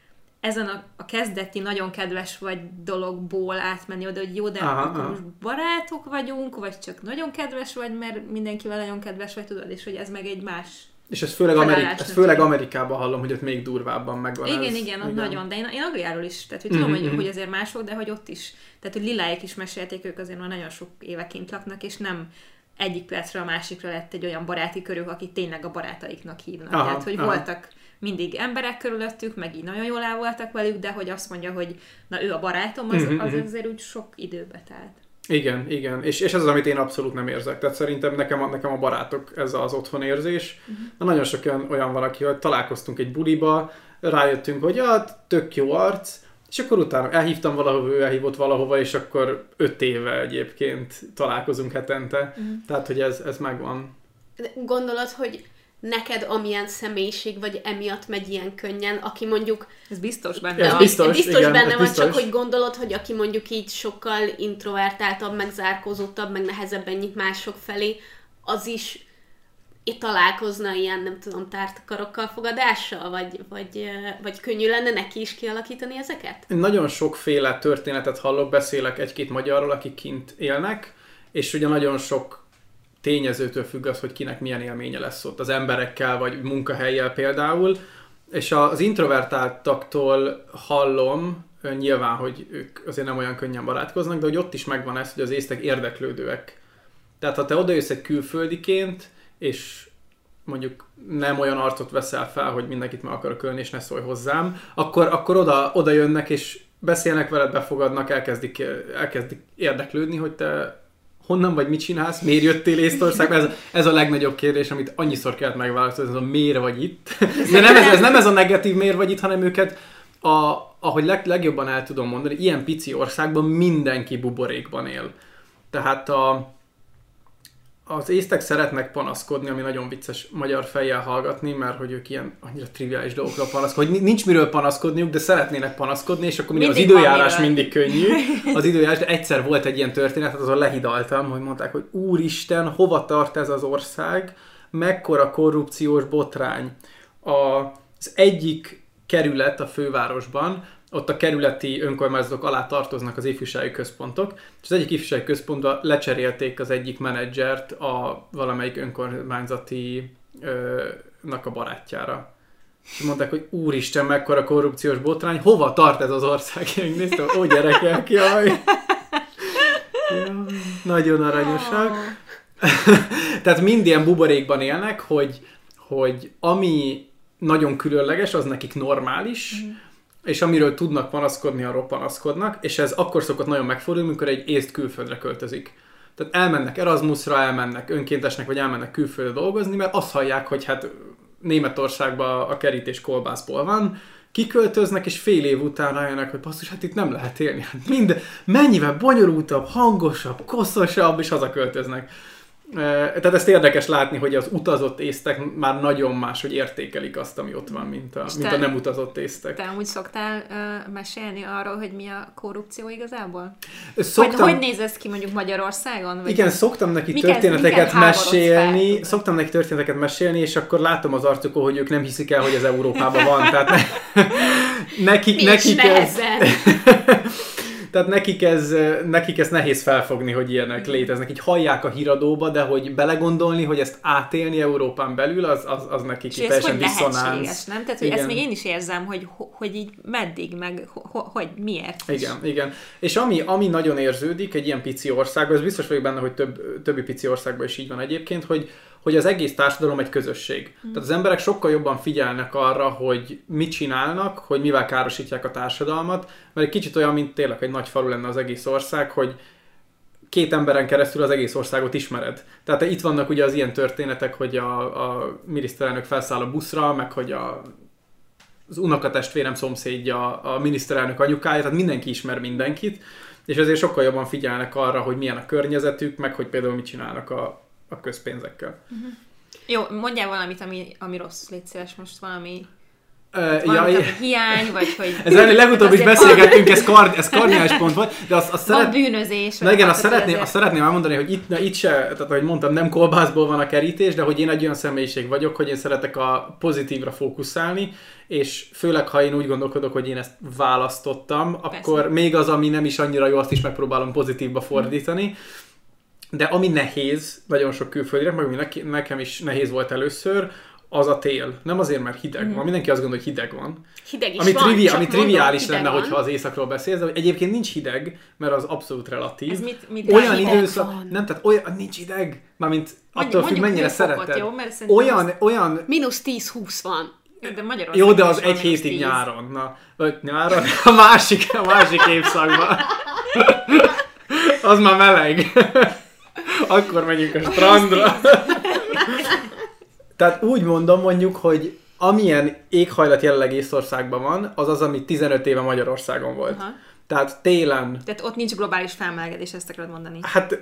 ezen a kezdeti nagyon kedves vagy dologból átmenni oda, hogy jó, de akkor most barátok vagyunk, vagy csak nagyon kedves vagy, mert mindenkivel nagyon kedves vagy, tudod, és hogy ez meg egy más. És ez főleg Amerikában hallom, hogy ott még durvábban megvan. Igen, ott nagyon, de én Angliáról is, tehát hogy tudom, hogy azért mások, de hogy ott is. Tehát, hogy Liláék is mesélték, ők azért már nagyon sok éve kint laknak, és nem egyik percre a másikra lett egy olyan baráti körük, akit tényleg a barátaiknak hívnak. Tehát, hogy voltak mindig emberek körülöttük, meg így nagyon jól el voltak velük, de hogy azt mondja, hogy na ő a barátom, az azért úgy sok időbe telt. Igen. És ez az, amit én abszolút nem érzek. Tehát szerintem nekem a barátok ez az otthonérzés. Nagyon sok olyan van, akivel találkoztunk egy buliba, rájöttünk, hogy tök jó arc, és akkor utána elhívtam valahova, ő elhívott valahova, és akkor 5 éve egyébként találkozunk hetente. Tehát, hogy ez megvan. Gondolod, hogy neked amilyen személyiség, vagy emiatt megy ilyen könnyen, aki mondjuk... Ez biztos benne. Ez biztos benne van, csak hogy gondolod, hogy aki mondjuk így sokkal introvertáltabb, meg zárkózottabb, meg nehezebben nyit mások felé, az is itt találkozna ilyen, nem tudom, tártkarokkal fogadással, vagy könnyű lenne neki is kialakítani ezeket? Nagyon sokféle történetet hallok, beszélek egy-két magyarról, akik kint élnek, és ugye nagyon sok tényezőtől függ az, hogy kinek milyen élménye lesz ott az emberekkel, vagy munkahellyel például. És az introvertáltaktól hallom, nyilván, hogy ők azért nem olyan könnyen barátkoznak, de hogy ott is megvan ez, hogy az észtek érdeklődőek. Tehát ha te odajössz egy külföldiként, és mondjuk nem olyan arcot veszel fel, hogy mindenkit meg akarok ölni, és ne szólj hozzám, akkor oda jönnek, és beszélnek veled, befogadnak, elkezdik érdeklődni, hogy te honnan vagy, mit csinálsz, miért jöttél Észtországba? Ez a legnagyobb kérdés, amit annyiszor kellett megválaszolni, ez a miért vagy itt. De nem ez a negatív miért vagy itt, hanem őket, ahogy legjobban el tudom mondani, ilyen pici országban mindenki buborékban él. Tehát az észtek szeretnek panaszkodni, ami nagyon vicces magyar fejjel hallgatni, mert hogy ők ilyen annyira triviális dolgokra panaszkodni, hogy nincs miről panaszkodniuk, de szeretnének panaszkodni, és akkor az időjárás mindig könnyű. Az időjárás, de egyszer volt egy ilyen történet, azon lehidaltam, hogy mondták, hogy úristen, hova tart ez az ország, mekkora korrupciós botrány. Az egyik kerület a fővárosban, ott a kerületi önkormányzatok alá tartoznak az ifjúsági központok, és az egyik ifjúsági központban lecserélték az egyik menedzsert a valamelyik önkormányzatinak a barátjára. És mondták, hogy úristen, mekkora korrupciós botrány, hova tart ez az ország? Én néztem, ó gyerekek, jaj! Nagyon aranyosak. Tehát mind ilyen buborékban élnek, hogy ami nagyon különleges, az nekik normális, és amiről tudnak panaszkodni, arról panaszkodnak, és ez akkor szokott nagyon megfordulni, amikor egy észt külföldre költözik. Tehát elmennek Erasmusra, elmennek önkéntesnek, vagy elmennek külföldre dolgozni, mert azt hallják, hogy hát Németországban a kerítés kolbászból van, kiköltöznek, és fél év után rájönnek, hogy basszus, hát itt nem lehet élni. Hát mennyivel bonyolultabb, hangosabb, koszosabb, és hazaköltöznek. Tehát ezt érdekes látni, hogy az utazott észtek már nagyon máshogy értékelik azt, ami ott van, mint a nem utazott tésztek. Te amúgy szoktál mesélni arról, hogy mi a korrupció igazából? Hogy néz ez ki mondjuk Magyarországon? Vagy igen, szoktam neki történeteket mesélni, és akkor látom az arcukon, hogy ők nem hiszik el, hogy ez Európában van. Tehát nekik Tehát nekik ez nehéz felfogni, hogy ilyenek léteznek. Így hallják a híradóba, de hogy belegondolni, hogy ezt átélni Európán belül, az nekik teljesen diszonánsz. Nem? Tehát, hogy ezt még én is érzem, hogy így meddig, meg hogy miért. Igen. És ami nagyon érződik egy ilyen pici országban, ez biztos vagyok benne, hogy többi pici országban is így van egyébként, hogy az egész társadalom egy közösség. Tehát az emberek sokkal jobban figyelnek arra, hogy mit csinálnak, hogy mivel károsítják a társadalmat, mert egy kicsit olyan, mint tényleg egy nagy falu lenne az egész ország, hogy 2 emberen keresztül az egész országot ismered. Tehát itt vannak ugye az ilyen történetek, hogy a miniszterelnök felszáll a buszra, meg hogy az unokatestvérem szomszédja a miniszterelnök anyukája, tehát mindenki ismer mindenkit, és ezért sokkal jobban figyelnek arra, hogy milyen a környezetük, meg hogy például mit csinálnak a közpénzekkel. Uh-huh. Jó, mondjál valamit, ami rossz, légy szíves, most valami hiány, vagy hogy... Ezzel legutóbb is beszélgettünk, ez kardinális pont volt, de van bűnözés. Na igen, azt szeretném elmondani, hogy itt se, tehát ahogy mondtam, nem kolbászból van a kerítés, de hogy én egy olyan személyiség vagyok, hogy én szeretek a pozitívra fókuszálni, és főleg, ha én úgy gondolkodok, hogy én ezt választottam, akkor még az, ami nem is annyira jó, azt is megpróbálom pozitívba fordítani. De ami nehéz, nagyon sok külföldre, meg ami nekem is nehéz volt először, az a tél. Nem azért, mert hideg van. Mindenki azt gondolja, hogy hideg van. Hideg is ami triviális lenne, hogyha az éjszakról beszélsz, de egyébként nincs hideg, mert az abszolút relatív. Ez mit olyan időszak, nem, tehát olyan, nincs hideg, mármint attól függ, mennyire szereted. Jó, olyan... Mínusz 10-20 van. De jó, de az egy hétig nyáron. Na, nyáron, a másik évszakban. Az már meleg. Akkor megyünk a strandra. Tehát úgy mondom mondjuk, hogy amilyen éghajlat jelenleg Észországban van, az, ami 15 éve Magyarországon volt. Aha. Tehát télen... Tehát ott nincs globális felmelegedés, ezt akarod mondani. Hát...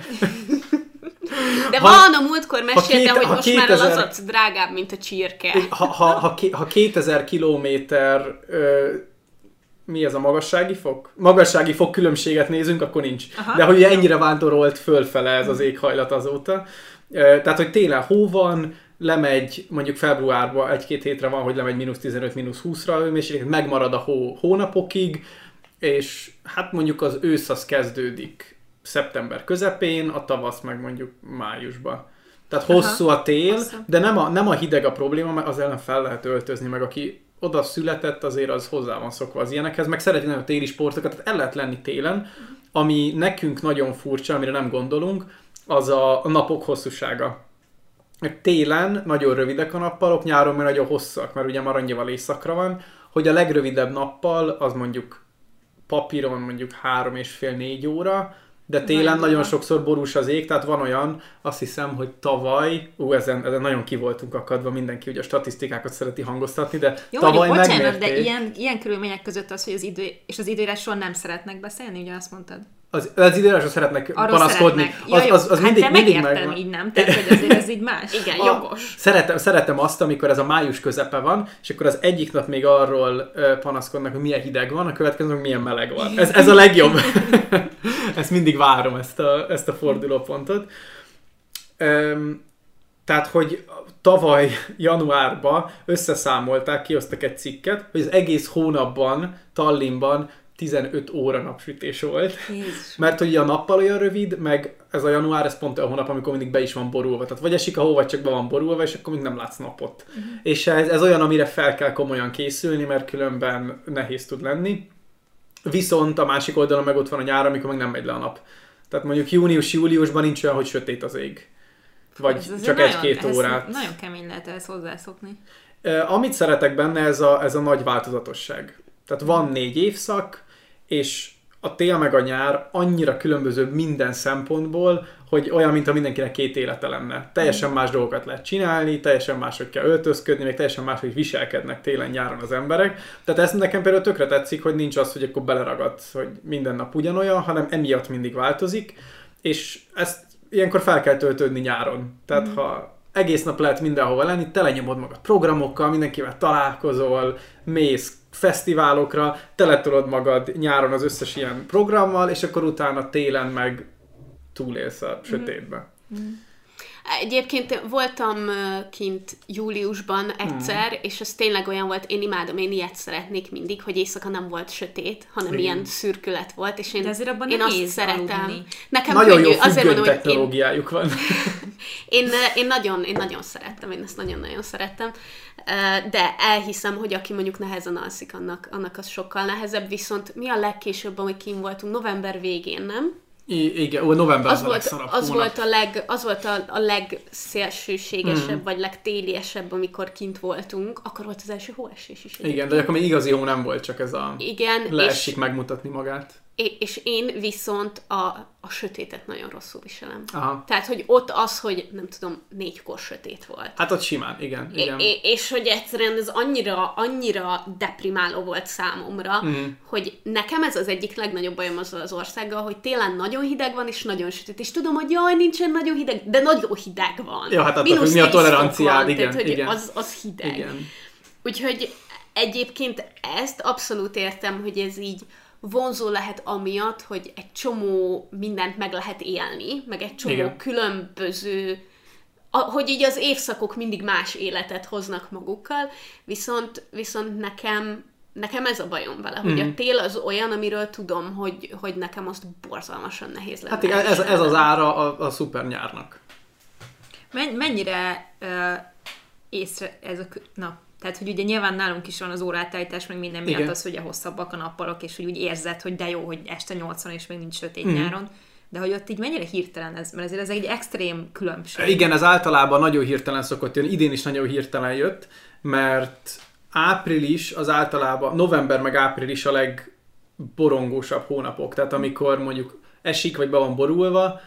De van, a múltkor mesélte, hogy most 2000... már az lazac drágább, mint a csirke. Ha 2000 kilométer... mi ez a magassági fok? Magassági fok különbséget nézünk, akkor nincs. Aha. De hogy ennyire vándorolt fölfele ez az éghajlat azóta. Tehát, hogy télen hó van, lemegy, mondjuk februárban 1-2 hétre van, hogy lemegy mínusz 15, mínusz 20-ra a hőmérséklet, megmarad a hó hónapokig, és hát mondjuk az ősz az kezdődik szeptember közepén, a tavasz meg mondjuk májusban. Tehát hosszú a tél, de nem a hideg a probléma, mert az ellen fel lehet öltözni, meg aki oda született, azért az hozzá van szokva az ilyenekhez, meg szereti nagyon a téli sportokat, tehát el lehet lenni télen, ami nekünk nagyon furcsa, amire nem gondolunk, az a napok hosszúsága. Télen nagyon rövidek a nappalok, nyáron már nagyon hosszak, mert ugye már annyival éjszakra van, hogy a legrövidebb nappal az mondjuk papíron mondjuk 3,5-4 óra, de télen nagyon sokszor borús az ég, tehát van olyan, azt hiszem, hogy tavaly, ezen nagyon ki voltunk akadva, mindenki ugye a statisztikákat szereti hangoztatni, de jó, tavaly megmérték. De ilyen körülmények között az, hogy az idő és az időjárásról nem szeretnek beszélni, ugye azt mondtad? Az időjárásról szeretnek panaszkodni. Az mindig megvan. Így nem, tehát hogy azért ez így más. Igen, jogos. Szeretem azt, amikor ez a május közepe van, és akkor az egyik nap még arról panaszkodnak, hogy milyen hideg van, a következő nap milyen meleg van. Ez a legjobb. Ezt mindig várom, ezt a fordulópontot. Tehát, hogy tavaly januárban összeszámolták, kiosztak egy cikket, hogy az egész hónapban, Tallinnban 15 óra napsütés volt. Jézus. Mert hogy a nappal olyan rövid, meg ez a január, ez pont a hónap, amikor mindig be is van borulva. Tehát vagy esik a hó, vagy csak be van borulva, és akkor még nem látsz napot. Uh-huh. És ez olyan, amire fel kell komolyan készülni, mert különben nehéz tud lenni. Viszont a másik oldalon meg ott van a nyár, amikor meg nem megy le a nap. Tehát mondjuk június-júliusban nincs olyan, hogy sötét az ég. Vagy csak 1-2 órát. Nagyon kemény lehet ehhez hozzászokni. Amit szeretek benne, ez a nagy változatosság. Tehát van 4 évszak, és a tél meg a nyár annyira különböző minden szempontból, hogy olyan, mintha mindenkinek 2 élete lenne. Teljesen más dolgokat lehet csinálni, teljesen máshogy kell öltözködni, még teljesen máshogy viselkednek télen-nyáron az emberek. Tehát ezt nekem például tökre tetszik, hogy nincs az, hogy akkor beleragadsz, hogy minden nap ugyanolyan, hanem emiatt mindig változik, és ezt ilyenkor fel kell töltődni nyáron. Tehát ha egész nap lehet mindenhova lenni, telenyomod magad programokkal, mindenkivel találkozol, mész fesztiválokra, teletolod magad nyáron az összes ilyen programmal, és akkor utána télen meg túlélsz a sötétbe. Egyébként voltam kint júliusban egyszer, és az tényleg olyan volt, én imádom, én ilyet szeretnék mindig, hogy éjszaka nem volt sötét, hanem ilyen szürkület volt, és én azt szeretem. Nekem nagyon jó függöny technológiájuk van. Én nagyon szerettem, én ezt nagyon-nagyon szerettem, de elhiszem, hogy aki mondjuk nehezen alszik, annak az sokkal nehezebb, viszont mi a legkésőbb, amikor kint voltunk? November végén, nem? Igen, november az legszarabb hónap. Az volt a legszélsőségesebb, vagy legtéliesebb, amikor kint voltunk, akkor volt az első hóesés is. Igen, de akkor még igazi hó nem volt, csak ez a leesik megmutatni magát. És én viszont a sötétet nagyon rosszul viselem. Aha. Tehát, hogy ott az, hogy nem tudom, 4-kor sötét volt. Hát ott simán, igen. És hogy egyszerűen ez annyira deprimáló volt számomra, hogy nekem ez az egyik legnagyobb bajom azzal az országgal, hogy télen nagyon hideg van, és nagyon sötét. És tudom, hogy jaj, nincsen nagyon hideg, de nagyon hideg van. Ja, hát attól, hogy mi a toleranciád, igen. Tehát, hogy igen. Az hideg. Igen. Úgyhogy egyébként ezt abszolút értem, hogy ez így vonzó lehet amiatt, hogy egy csomó mindent meg lehet élni, meg egy csomó különböző, hogy így az évszakok mindig más életet hoznak magukkal, viszont nekem ez a bajom vele, hogy a tél az olyan, amiről tudom, hogy nekem azt borzalmasan nehéz lenne. Hát igen, ez az ára a szuper nyárnak. Mennyire észre ez tehát, hogy ugye nyilván nálunk is van az órátállítás, meg minden miatt az, hogy hosszabbak a nappalok, és hogy úgy érzed, hogy de jó, hogy este 80 és még nincs sötét nyáron, de hogy ott így mennyire hirtelen ez, mert ez egy extrém különbség. Igen, ez általában nagyon hirtelen szokott jönni, idén is nagyon hirtelen jött, mert április az általában, november meg április a legborongósabb hónapok, tehát amikor mondjuk esik, vagy be van borulva,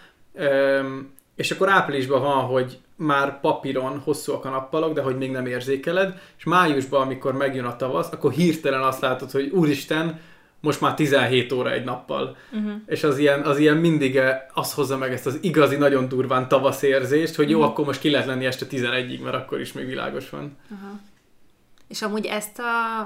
és akkor áprilisban van, hogy már papíron hosszúak a nappalok, de hogy még nem érzékeled, és májusban, amikor megjön a tavasz, akkor hirtelen azt látod, hogy úristen, most már 17 óra egy nappal. És az ilyen mindig az hozza meg ezt az igazi, nagyon durván tavaszérzést, hogy jó, akkor most ki lehet lenni este 11-ig, mert akkor is még világos van. És amúgy ezt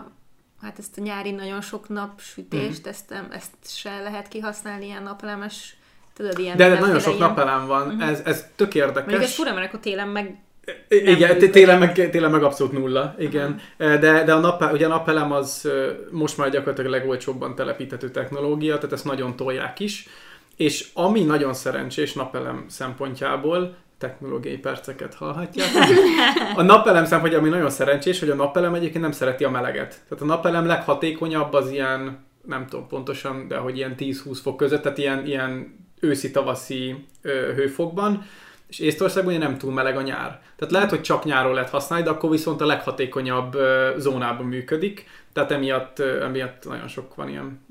a nyári nagyon sok napsütést, ezt se lehet kihasználni ilyen napelemes. Tudod, ilyen de nagyon sok napelem van, ez tök érdekes. Még ez fura, mert akkor télen meg igen, télen meg abszolút nulla, igen. De ugye a napelem az most már gyakorlatilag a legolcsóbban telepíthető technológia, tehát ezt nagyon tolják is. És ami nagyon szerencsés napelem szempontjából, technológiai perceket hallhatják. A napelem szempontjából, ami nagyon szerencsés, hogy a napelem egyébként nem szereti a meleget. Tehát a napelem leghatékonyabb az ilyen, nem tudom pontosan, de hogy ilyen 10-20 fok között, tehát ilyen őszi-tavaszi hőfokban, és Észtországban nem túl meleg a nyár. Tehát lehet, hogy csak nyáron lehet használni, de akkor viszont a leghatékonyabb zónában működik, tehát emiatt nagyon sok van ilyen.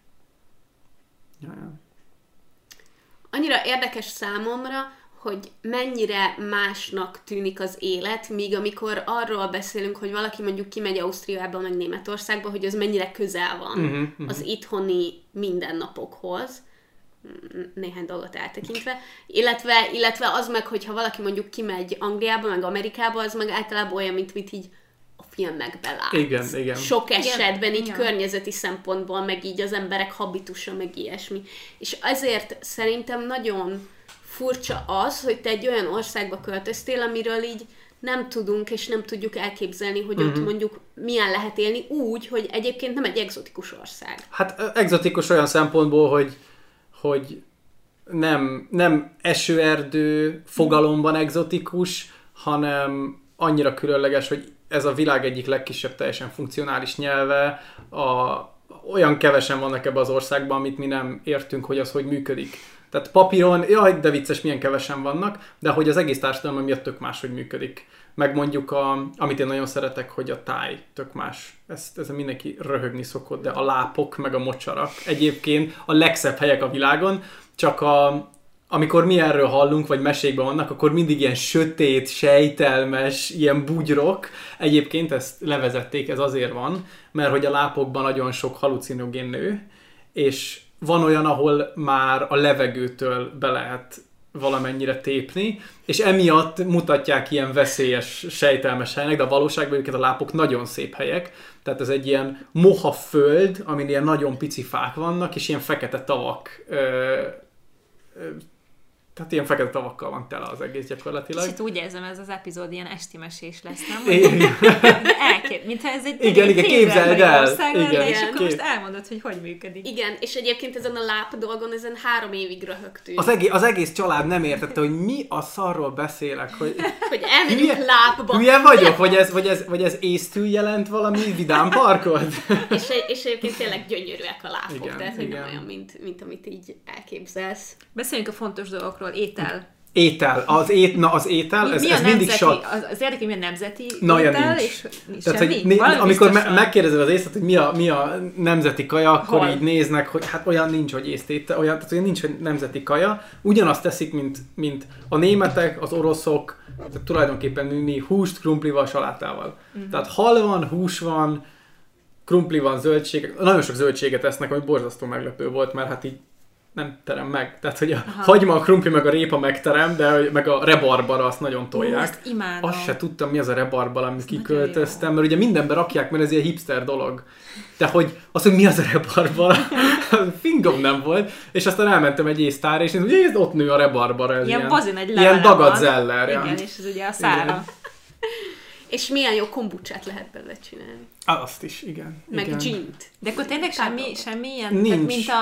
Annyira érdekes számomra, hogy mennyire másnak tűnik az élet, míg amikor arról beszélünk, hogy valaki mondjuk kimegy Ausztriába, meg Németországba, hogy az mennyire közel van az itthoni mindennapokhoz, néhány dolgot eltekintve, illetve az meg, hogyha valaki mondjuk kimegy Angliába, meg Amerikába, az meg általában olyan, mint így a filmekben látsz. Igen. Sok esetben így környezeti szempontból, meg így az emberek habitusa, meg ilyesmi. És ezért szerintem nagyon furcsa az, hogy te egy olyan országba költöztél, amiről így nem tudunk és nem tudjuk elképzelni, hogy ott mondjuk milyen lehet élni úgy, hogy egyébként nem egy egzotikus ország. Hát egzotikus olyan szempontból, hogy nem esőerdő fogalomban egzotikus, hanem annyira különleges, hogy ez a világ egyik legkisebb teljesen funkcionális nyelve, olyan kevesen vannak ebben az országban, amit mi nem értünk, hogy az hogy működik. Tehát papíron, jaj, de vicces, milyen kevesen vannak, de hogy az egész társadalom miatt tök más, hogy működik. Meg mondjuk, amit én nagyon szeretek, hogy a táj tök más. Ezen mindenki röhögni szokott, de a lápok meg a mocsarak egyébként a legszebb helyek a világon, csak amikor mi erről hallunk, vagy mesékben vannak, akkor mindig ilyen sötét, sejtelmes, ilyen bugyrok. Egyébként ezt levezették, ez azért van, mert hogy a lápokban nagyon sok halucinogén nő, és van olyan, ahol már a levegőtől be lehet valamennyire tépni, és emiatt mutatják ilyen veszélyes, sejtelmes helynek, de a valóságban őket a lápok nagyon szép helyek, tehát ez egy ilyen moha föld, amin ilyen nagyon pici fák vannak, és ilyen fekete tavak, tehát ilyen fekete tavakkal van tele az egész gyakorlatilag. Kicsit úgy érzem, ez az epizód ilyen esti mesés lesz, nem? Mintha ez egy képzeld el. Igen, és akkor most elmondod, hogy működik. Igen, és egyébként ezen a láp dolgon, ezen 3 évig röhögtünk. Az egész család nem értette, hogy mi a szarról beszélek, hogy elmegyünk lápba. Hülye vagyok, vagy ez észtül jelent valami vidám parkot? és egyébként tényleg gyönyörűek a lápok, igen, tehát hogy nem olyan, mint amit így elképzelsz. Beszéljünk a fontos dolgokról, étel. Étel. Az étel, ez mindig sok. Az érdekel, mi a nemzeti étel, és semmi? Amikor megkérdezed az észtet, hogy mi a nemzeti kaja, akkor így néznek, hogy hát olyan nincs, hogy észtétel, tehát olyan nincs, hogy nemzeti kaja. Ugyanazt teszik, mint a németek, az oroszok, tehát tulajdonképpen mi húst krumplival, salátával. Tehát hal van, hús van, krumpli van, zöldségek, nagyon sok zöldséget esznek, ami borzasztó meglepő volt, mert hát így nem terem meg. Tehát, hogy a hagyma, a krumpli, meg a répa megterem, de meg a rebarbara azt nagyon tolják. Azt imádom. Azt se tudtam, mi az a rebarbara, amit kiköltöztem, mert ugye mindenbe rakják, mert ez ilyen hipster dolog. De hogy mi az a rebarbara, fingom nem volt, és aztán elmentem egy észtára, és nézd, hogy ott nő a rebarbara. Ez ilyen dagadzeller. Igen, és ez ugye a szára. Igen. És milyen jó kombucsát lehet belőle csinálni. Azt is, igen. Meg gint. De akkor tényleg semmi ilyen, nincs. Tehát, mint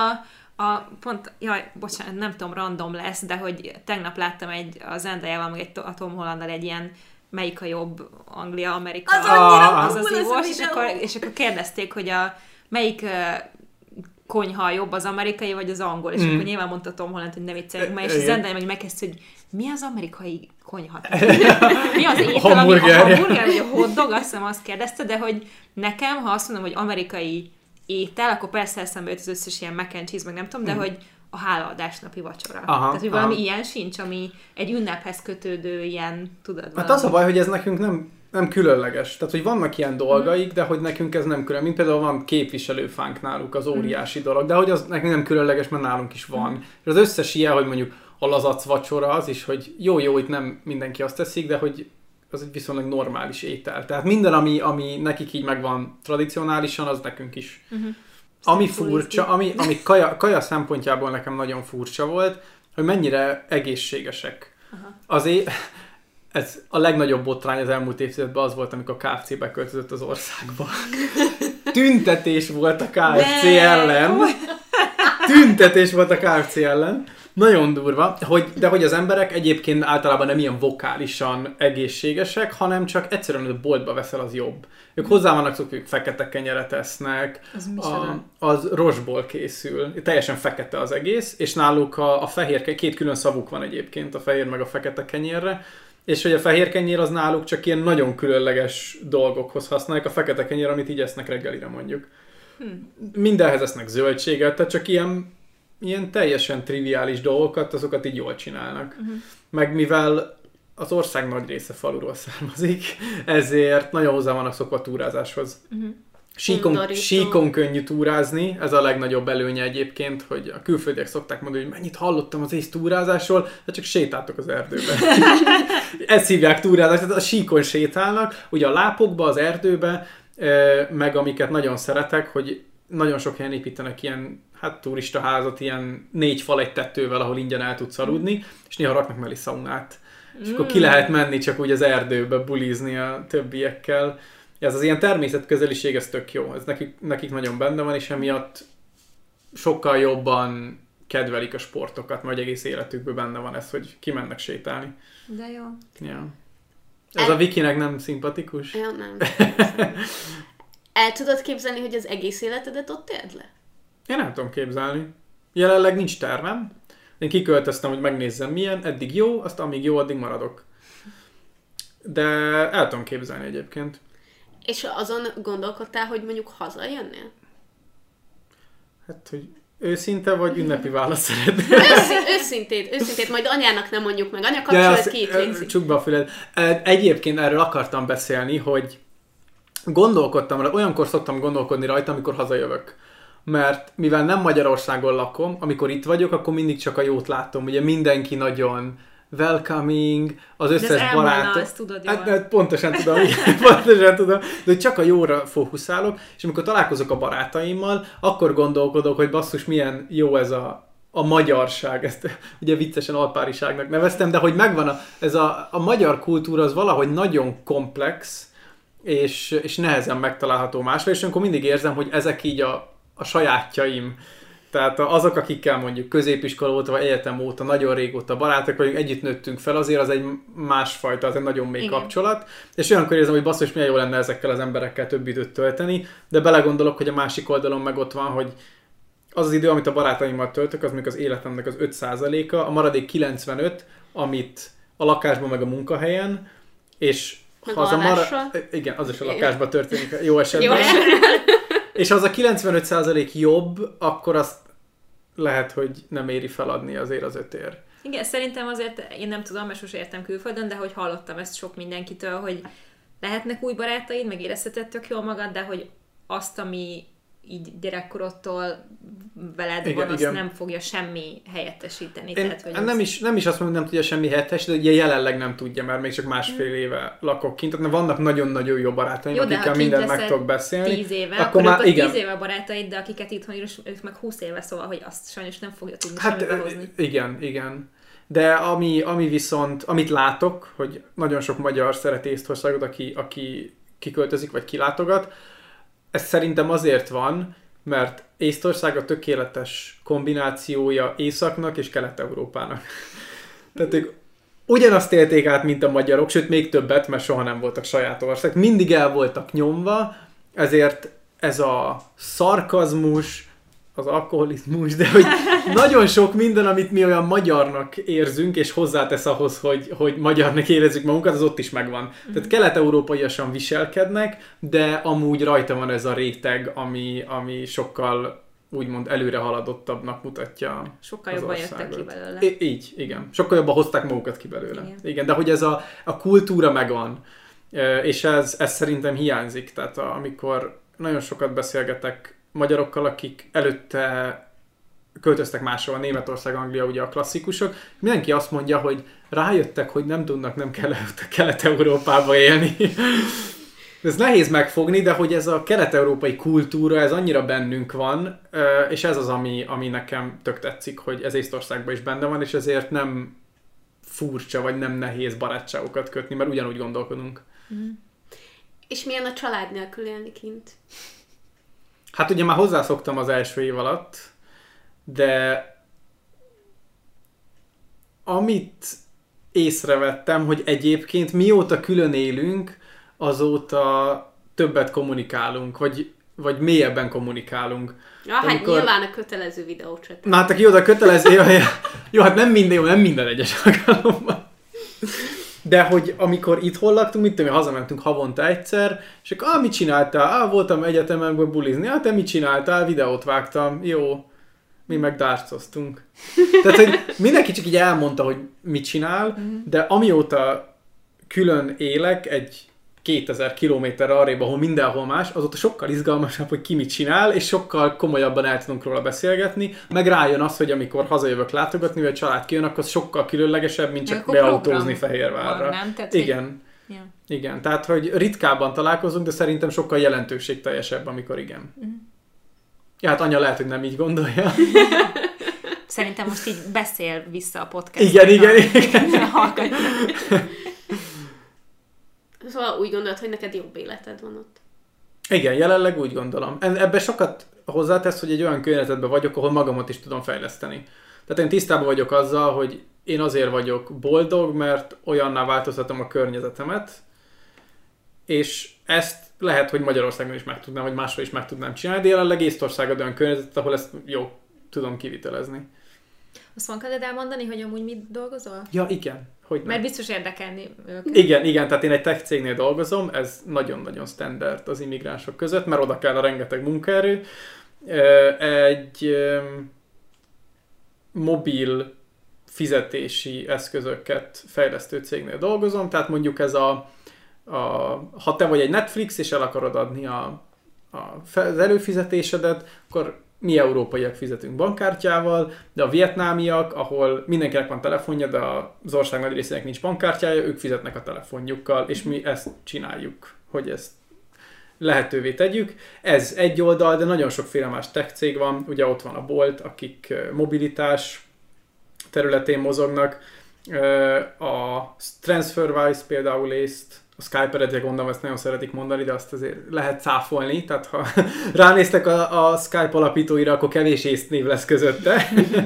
bocsánat, nem tudom, random lesz, de hogy tegnap láttam a Zendayával, meg a Tom Hollanddal egy ilyen melyik a jobb, Anglia, Amerika. Az ívós, és akkor kérdezték, hogy melyik konyha jobb, az amerikai vagy az angol, és akkor nyilván mondta Tom Holland, hogy ne vicceljünk már, és a Zendaya meg megkezdte, hogy mi az amerikai konyha? Mi az étel, ami a hamburger, vagy a hotdog, azt hiszem azt kérdezte, de hogy nekem, ha azt mondom, hogy amerikai étel, akkor persze eszembe jött az összes ilyen mac and cheese, meg nem tudom, de hogy a hálaadásnapi vacsora. Tehát, hogy valami ilyen sincs, ami egy ünnephez kötődő ilyen, tudod, valami. Hát az a baj, hogy ez nekünk nem különleges. Tehát, hogy vannak ilyen dolgaik, de hogy nekünk ez nem külön. Mint például van képviselőfánk náluk, az óriási dolog, de hogy az nekünk nem különleges, mert nálunk is van. És az összes ilyen, hogy mondjuk a lazac vacsora az is, hogy jó, itt nem mindenki azt teszik, de hogy az egy viszonylag normális étel. Tehát minden, ami nekik így megvan tradicionálisan, az nekünk is. Ami furcsa, ami kaja szempontjából nekem nagyon furcsa volt, hogy mennyire egészségesek. Azért ez a legnagyobb botrány az elmúlt évtizedben az volt, amikor a KFC beköltözött az országba. Tüntetés volt a KFC ellen. Tüntetés volt a KFC ellen. Nagyon durva, de hogy az emberek egyébként általában nem ilyen vokálisan egészségesek, hanem csak egyszerűen, hogy a boltba veszel, az jobb. Ők hozzá vannak szokva, hogy fekete kenyeret esznek, az rosból készül, teljesen fekete az egész, és náluk a fehér, 2 külön szavuk van egyébként, a fehér meg a fekete kenyérre, és hogy a fehér kenyér az náluk csak ilyen nagyon különleges dolgokhoz használják, a fekete kenyér, amit így esznek reggelire mondjuk. Mindenhez esznek zöldséget, tehát csak ilyen teljesen triviális dolgokat, azokat így jól csinálnak. Meg mivel az ország nagy része faluról származik, ezért nagyon hozzá vannak szokva túrázáshoz. Síkon könnyű túrázni, ez a legnagyobb előnye egyébként, hogy a külföldiek szokták mondani, hogy mennyit hallottam az túrázásról, de csak sétáltok az erdőbe. Ezt hívják túrázásra, tehát a síkon sétálnak, ugye a lápokba, az erdőbe, meg amiket nagyon szeretek, hogy nagyon sok helyen építenek ilyen turistaházat, ilyen 4 fal egy tetővel, ahol ingyen el tudsz aludni, és néha raknak mellé szaunát. És akkor ki lehet menni csak úgy az erdőbe bulizni a többiekkel. Ez az ilyen természetközeliség, ez tök jó. Ez nekik nagyon benne van, és emiatt sokkal jobban kedvelik a sportokat, mert egész életükben benne van ez, hogy kimennek sétálni. De jó. Ja. Ez a Vikinek nem szimpatikus? Ja, nem. El tudod képzelni, hogy az egész életedet ott éld le? Én nem tudom képzelni. Jelenleg nincs tervem. Én kiköltöztem, hogy megnézzem milyen, eddig jó, azt amíg jó, addig maradok. De el tudom képzelni egyébként. És azon gondolkodtál, hogy mondjuk hazajönnél? Hát, hogy őszinte vagy ünnepi választ szeretnél? Őszintét, majd anyának nem mondjuk meg. Anya, kapcsolod ki itt, légy. Csukd be a füled. Egyébként erről akartam beszélni, hogy gondolkodtam, olyankor szoktam gondolkodni rajta, amikor hazajövök. mert mivel nem Magyarországon lakom, amikor itt vagyok, akkor mindig csak a jót látom. Ugye mindenki nagyon welcoming, az összes barát... De ezt tudod jól. Pontosan tudom, de csak a jóra fókuszálok, és amikor találkozok a barátaimmal, akkor gondolkodok, hogy basszus, milyen jó ez a magyarság, ezt ugye viccesen alpáriságnak neveztem, de hogy megvan ez a magyar kultúra, az valahogy nagyon komplex, és nehezen megtalálható másra, és akkor mindig érzem, hogy ezek így a sajátjaim. Tehát azok, akikkel mondjuk középiskola óta, vagy egyetem óta, nagyon régóta barátok vagyunk, együtt nőttünk fel, azért az egy másfajta, az egy nagyon mély kapcsolat, és olyankor érzem, hogy basszus, milyen jó lenne ezekkel az emberekkel több időt tölteni, de belegondolok, hogy a másik oldalon meg ott van, hogy az az idő, amit a barátaimmal töltök, az még az életemnek az 5%-a, a maradék 95, amit a lakásban meg a munkahelyen, és ha az igen, az is a lakásban történik, jó esetben. És ha az a 95% jobb, akkor azt lehet, hogy nem éri feladni azért az 5 ér. Igen, szerintem azért, én nem tudom, mert sose értem külföldön, de hogy hallottam ezt sok mindenkitől, hogy lehetnek új barátaid, meg érezheted tök jól magad, de hogy azt, ami így gyerekkorodtól veled van, azt nem fogja semmi helyettesíteni. Tehát, hogy nem is azt mondom, hogy nem tudja semmi helyettesíteni, de ugye jelenleg nem tudja, mert még csak másfél éve lakok kint. Tehát vannak nagyon-nagyon jó barátaim, akikkel mindent meg tudok beszélni. 10 éve, akkor már 10 éve barátaid, de akiket itthon ők meg 20 éve, szóval, hogy azt sajnos nem fogja tudni semmibe hozni. Igen. De ami viszont, amit látok, hogy nagyon sok magyar szeret Észtországot, aki kiköltözik, vagy kilátogat, ez szerintem azért van, mert Észtország a tökéletes kombinációja Északnak és Kelet-Európának. Tehát ők ugyanazt élték át, mint a magyarok, sőt még többet, mert soha nem voltak saját ország. Mindig el voltak nyomva, ezért ez a szarkazmus, az alkoholizmus, de hogy nagyon sok minden, amit mi olyan magyarnak érzünk, és hozzátesz ahhoz, hogy magyarnak érezzük magunkat, az ott is megvan. Tehát kelet-európaiasan viselkednek, de amúgy rajta van ez a réteg, ami sokkal úgymond előre haladottabbnak mutatja sokkal jobban jöttek ki belőle. Így, igen. Sokkal jobban hozták magukat ki belőle. Igen, de hogy ez a kultúra megvan, és ez szerintem hiányzik. Tehát amikor nagyon sokat beszélgetek magyarokkal, akik előtte költöztek máshol, Németország, Anglia, ugye a klasszikusok, mindenki azt mondja, hogy rájöttek, hogy nem tudnak, nem kell Kelet-Európába élni. Ez nehéz megfogni, de hogy ez a kelet-európai kultúra, ez annyira bennünk van, és ez az, ami nekem tök tetszik, hogy ez Észtországban is benne van, és ezért nem furcsa, vagy nem nehéz barátságokat kötni, mert ugyanúgy gondolkodunk. És milyen a család nélkül élni kint? Hát ugye már hozzászoktam az első év alatt, de amit észrevettem, hogy egyébként mióta külön élünk, azóta többet kommunikálunk, vagy mélyebben kommunikálunk. Ja, hát nyilván a kötelező videócset. Na hát aki oda kötelező, jó, hát nem minden egyes alkalommal. De hogy amikor itthon laktunk, mit tudom, hazamentünk havonta egyszer, és akkor mit csináltál? Voltam egyetemen bulizni. Te mit csináltál? Videót vágtam. Jó. Mi meg dárcoztunk. Tehát, hogy mindenki csak így elmondta, hogy mit csinál, de amióta külön élek egy 2000 kilométerre arrébb, ahol mindenhol más, azóta sokkal izgalmasabb, hogy ki mit csinál, és sokkal komolyabban el tudunk róla beszélgetni, meg rájön az, hogy amikor hazajövök látogatni, vagy a család kijön, akkor sokkal különlegesebb, mint csak beautózni Fehérvárra. Igen. Ja. Igen, tehát, hogy ritkábban találkozunk, de szerintem sokkal jelentőségteljesebb, amikor igen. Ja, hát anya lehet, hogy nem így gondolja. Szerintem most így beszél vissza a podcast. Igen. Szóval úgy gondolod, hogy neked jobb életed van ott. Igen, jelenleg úgy gondolom. Ebben sokat hozzátesz, hogy egy olyan környezetben vagyok, ahol magamat is tudom fejleszteni. Tehát én tisztában vagyok azzal, hogy én azért vagyok boldog, mert olyanná változtatom a környezetemet, és ezt lehet, hogy Magyarországon is meg tudnám, vagy máshol is meg tudnám csinálni, de jelenleg Észtország olyan környezet, ahol ezt jó tudom kivitelezni. Azt van kedved elmondani, hogy amúgy mit dolgozol? Ja, igen. Hogy mert biztos érdekelni őket. Igen, tehát én egy tech cégnél dolgozom, ez nagyon-nagyon standard az immigránsok között, mert oda kell a rengeteg munkaerő. Egy mobil fizetési eszközöket fejlesztő cégnél dolgozom, tehát mondjuk ez ha te vagy egy Netflix, és el akarod adni az előfizetésedet, akkor mi európaiak fizetünk bankkártyával, de a vietnámiak, ahol mindenkinek van telefonja, de az ország nagy részének nincs bankkártyája, ők fizetnek a telefonjukkal, és mi ezt csináljuk, hogy ezt lehetővé tegyük. Ez egy oldal, de nagyon sokféle más tech cég van. Ugye ott van a Bolt, akik mobilitás területén mozognak. A TransferWise például a Skype-eret, gondolom, ezt nagyon szeretik mondani, de azt azért lehet cáfolni. Tehát ha ránéztek a Skype alapítóira, akkor kevés észnév lesz közötte.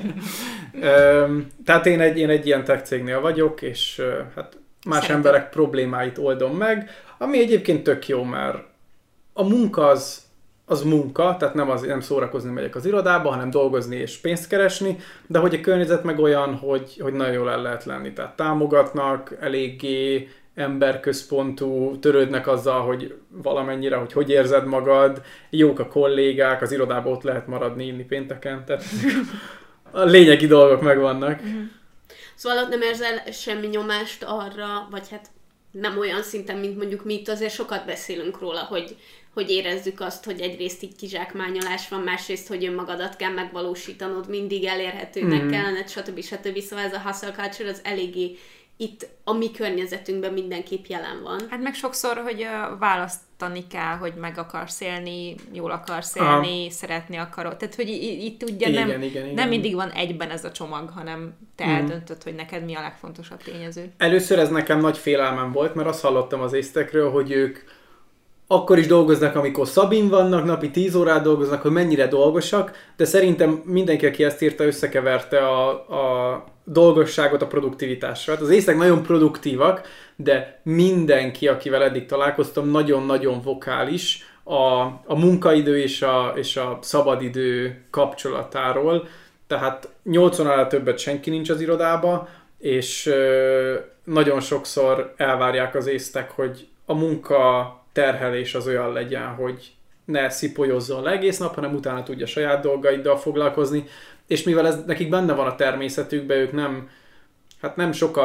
Tehát én egy ilyen tech cégnél vagyok, és hát más emberek problémáit oldom meg, ami egyébként tök jó, mert a munka az munka, tehát nem szórakozni megyek az irodába, hanem dolgozni és pénzt keresni, de hogy a környezet meg olyan, hogy nagyon jól el lehet lenni. Tehát támogatnak, eléggé emberközpontú, törődnek azzal, hogy valamennyire, hogy érzed magad, jók a kollégák, az irodában ott lehet maradni, inni pénteken, tehát a lényegi dolgok megvannak. Szóval nem érzel semmi nyomást arra, vagy hát nem olyan szinten, mint mondjuk mi itt azért sokat beszélünk róla, hogy érezzük azt, hogy egyrészt így kizsákmányolás van, másrészt, hogy önmagadat kell megvalósítanod, mindig elérhetőnek kellene, stb. Szóval ez a hustle culture az eléggé itt a mi környezetünkben mindenképp jelen van. Hát meg sokszor, hogy választani kell, hogy meg akarsz élni, jól akarsz élni, szeretni akarod. Tehát, hogy itt ugye nem mindig van egyben ez a csomag, hanem te eldöntöd, hogy neked mi a legfontosabb tényező. Először ez nekem nagy félelmem volt, mert azt hallottam az észtekről, hogy ők akkor is dolgoznak, amikor szabin vannak, napi 10 órát dolgoznak, hogy mennyire dolgosak, de szerintem mindenki, aki ezt írta, összekeverte a dolgosságot a produktivitásra. Hát az észtek nagyon produktívak, de mindenki, akivel eddig találkoztam, nagyon-nagyon vokális a munkaidő és a szabadidő kapcsolatáról. Tehát 80 óránál többet senki nincs az irodába, és nagyon sokszor elvárják az észtek, hogy a munka terhelés az olyan legyen, hogy ne szipolyozzon le egész nap, hanem utána tudja saját dolgaiddal foglalkozni, és mivel ez nekik benne van a természetükben, ők nem sok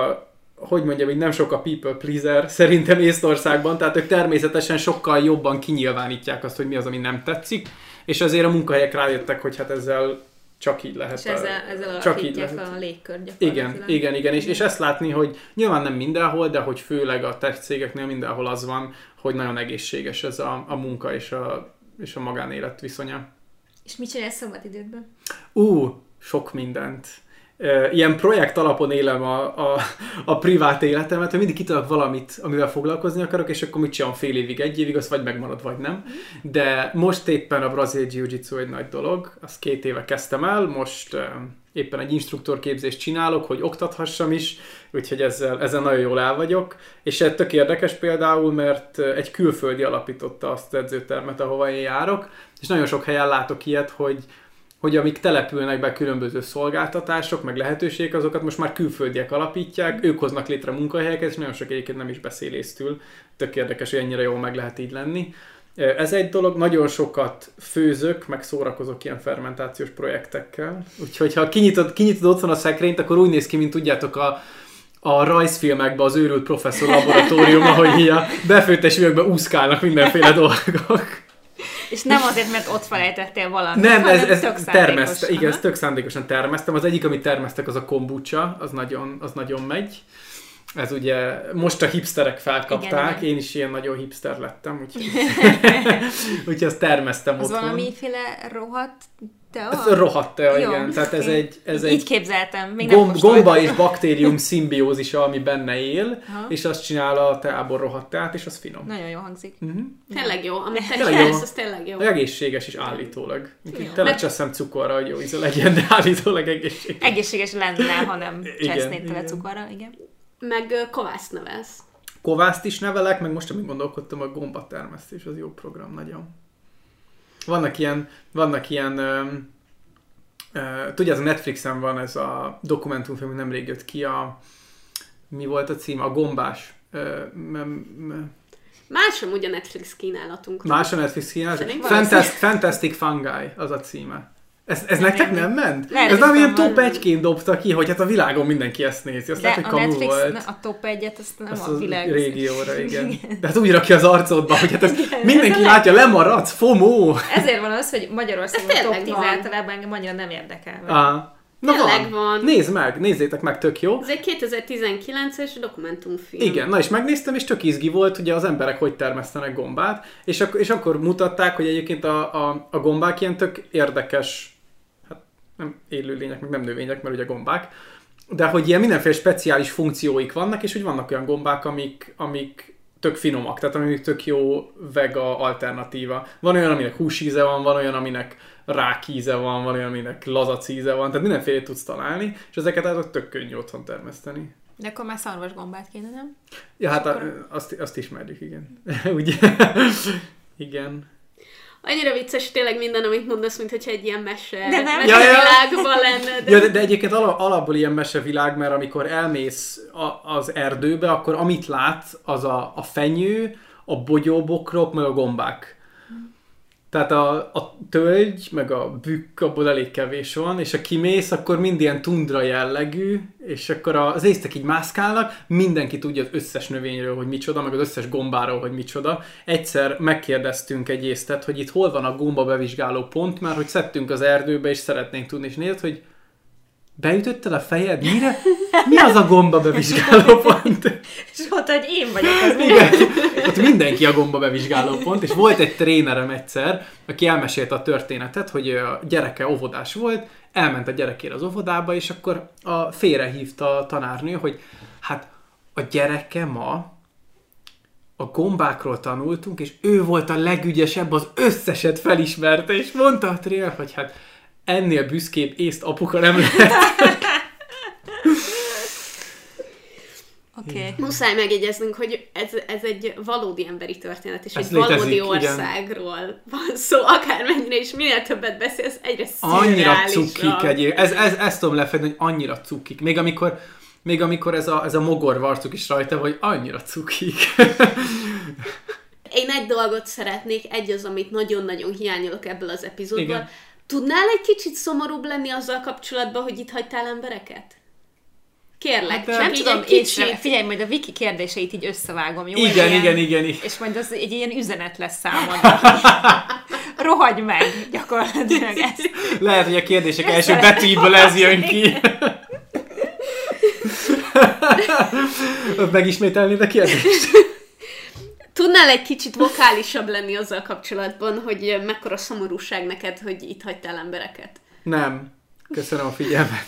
a people pleaser szerintem Észtországban, tehát ők természetesen sokkal jobban kinyilvánítják azt, hogy mi az, ami nem tetszik, és azért a munkahelyek rájöttek, hogy hát ezzel csak így lehet. És ezzel alakítják a légkör gyakorlatilag. Igen. És ezt látni, hogy nyilván nem mindenhol, de hogy főleg a tech cégeknél mindenhol az van, hogy nagyon egészséges ez a munka és a magánélet viszonya. És mit csinálsz szabadidődben? Sok mindent. Ilyen projekt alapon élem a privát életemet, hogy mindig kitalálok valamit, amivel foglalkozni akarok, és akkor mit csinálom fél évig, egy évig, az vagy megmarad, vagy nem. De most éppen a brazil jiu-jitsu egy nagy dolog, azt 2 éve kezdtem el, most éppen egy instruktorképzést csinálok, hogy oktathassam is, úgyhogy ezzel nagyon jól el vagyok. És ez tök érdekes például, mert egy külföldi alapította azt az edzőtermet, ahova én járok, és nagyon sok helyen látok ilyet, hogy amik települnek be különböző szolgáltatások, meg lehetőségek, azokat most már külföldiek alapítják, ők hoznak létre munkahelyeket, és nagyon sok egyébként nem is beszél észtül. Tök érdekes, hogy ennyire jól meg lehet így lenni. Ez egy dolog, nagyon sokat főzök, meg szórakozok ilyen fermentációs projektekkel. Úgyhogy ha kinyitod otthon a szekrényt, akkor úgy néz ki, mint tudjátok a rajzfilmekben az őrült professzor laboratórium, ahogy így a befőttes üvegben úszkálnak mindenféle dolgok. És nem azért, mert ott felejtettél valamit, nem, ez termesztem. Igen, ezt tök szándékosan termesztem. Az egyik, amit termesztek, az a kombucha, az nagyon megy. Ez ugye most a hipsterek felkapták, igen. Én is ilyen nagyon hipster lettem, úgyhogy azt termesztem az otthon. Az valamiféle rohadt tea? Ez rohadt tea, igen. Tehát ez így képzeltem. Még gomba és baktérium szimbiózisa, ami benne él, és azt csinál a teából rohadt teát, és az finom. Nagyon jó hangzik. Tényleg jó, amit te csinálsz, az tényleg jó. Egészséges is állítólag. Telecseszem cukorra, hogy jó íze legyen, de állítólag egészséges. Egészséges lenne, ha nem csesznéd tele cukorra, igen. Meg kovászt nevelsz. Kovászt is nevelek, meg most, amit gondolkodtam, a gombatermesztés, az jó program, nagyon. Vannak ilyen tudja, az a Netflixen van ez a dokumentumfilm, nemrég jött ki, mi volt a cím? A gombás. Más amúgy a Netflix kínálatunk. Más a Netflix kínálatunk? Fantastic Fungi, az a címe. Ez nektek nem ment? Lehet, ez nem ilyen top 1-ként dobta ki, hogy hát a világon mindenki ezt nézi. Azt lehet, hogy kamu Netflix volt. A top 1-et, azt nem azt a világ. Régióra, igen. De hát úgy rakja az arcodba, hogy hát mindenki látja, lemaradsz, FOMO. Ezért van az, hogy Magyarországon a top 10 általában engem annyira nem érdekel. Na van. Nézzétek meg, tök jó. Ez egy 2019-es dokumentumfilm. Igen, na és megnéztem, és tök izgi volt, ugye az emberek hogy termesztenek gombát, és akkor mutatták, hogy egyébként a gombák ilyen tök érdekes, hát nem élőlények, meg nem növények, mert ugye gombák, de hogy ilyen mindenféle speciális funkcióik vannak, és hogy vannak olyan gombák, amik tök finomak, tehát amik tök jó vega alternatíva. Van olyan, aminek húsíze van olyan, aminek rákíze van olyan, aminek lazacíze van, tehát mindenféle tudsz találni, és ezeket hát tök könnyű otthon termeszteni. De akkor már szarvasgombát kéne, nem? Ja, hát azt ismerjük, igen. Ugye? Igen. Annyira vicces tényleg minden, amit mondasz, mintha egy ilyen mesevilágban lenne. De egyébként alapból ilyen mesevilág, mert amikor elmész az erdőbe, akkor amit látsz, az a fenyő, a bogyóbokrok, meg a gombák. Tehát a tölgy, meg a bükk, abból elég kevés van, és ha kimész, akkor mind ilyen tundra jellegű, és akkor az észtek így mászkálnak, mindenki tudja az összes növényről, hogy micsoda, meg az összes gombáról, hogy micsoda. Egyszer megkérdeztünk egy észtet, hogy itt hol van a gomba bevizsgáló pont, mert hogy szedtünk az erdőbe, és szeretnénk tudni, és nézd, hogy beütötted a fejed? Mire? Mi az a gomba bevizsgáló pont? És ott, hogy én vagyok az. Igen, ott mindenki a gomba bevizsgáló pont, és volt egy trénerem egyszer, aki elmesélte a történetet, hogy a gyereke óvodás volt, elment a gyerekére az óvodába, és akkor félrehívta a tanárnő, hogy hát a gyereke ma a gombákról tanultunk, és ő volt a legügyesebb, az összeset felismerte, és mondta a tréner, hogy hát ennél büszkébb észt apuka nem lehet. Okay. Muszáj megjegyeznünk, hogy ez egy valódi emberi történet, és egy valódi országról van szó, akármennyire, és minél többet beszélsz, egyre szürreálisabb. Annyira cukik ezt tudom lefedni, hogy annyira cukik. Még amikor ez a mogor varcuk is rajta, hogy annyira cukik. Én egy dolgot szeretnék, az, amit nagyon-nagyon hiányolok ebből az epizódból. Igen. Tudnál egy kicsit szomorúbb lenni azzal kapcsolatban, hogy itt hagytál embereket? Kérlek, hát, csak így tudom, egy kicsit. Figyelj, majd a Viki kérdéseit így összevágom, jó? Igen. És majd az egy ilyen üzenet lesz számodra. Rohagy meg, gyakorlatilag ez. Lehet, hogy a kérdések első betűiből ez jön ki. Megismételnéd a kérdést? Tudnál egy kicsit vokálisabb lenni azzal kapcsolatban, hogy mekkora szomorúság neked, hogy itt hagytál embereket? Nem. Köszönöm a figyelmet.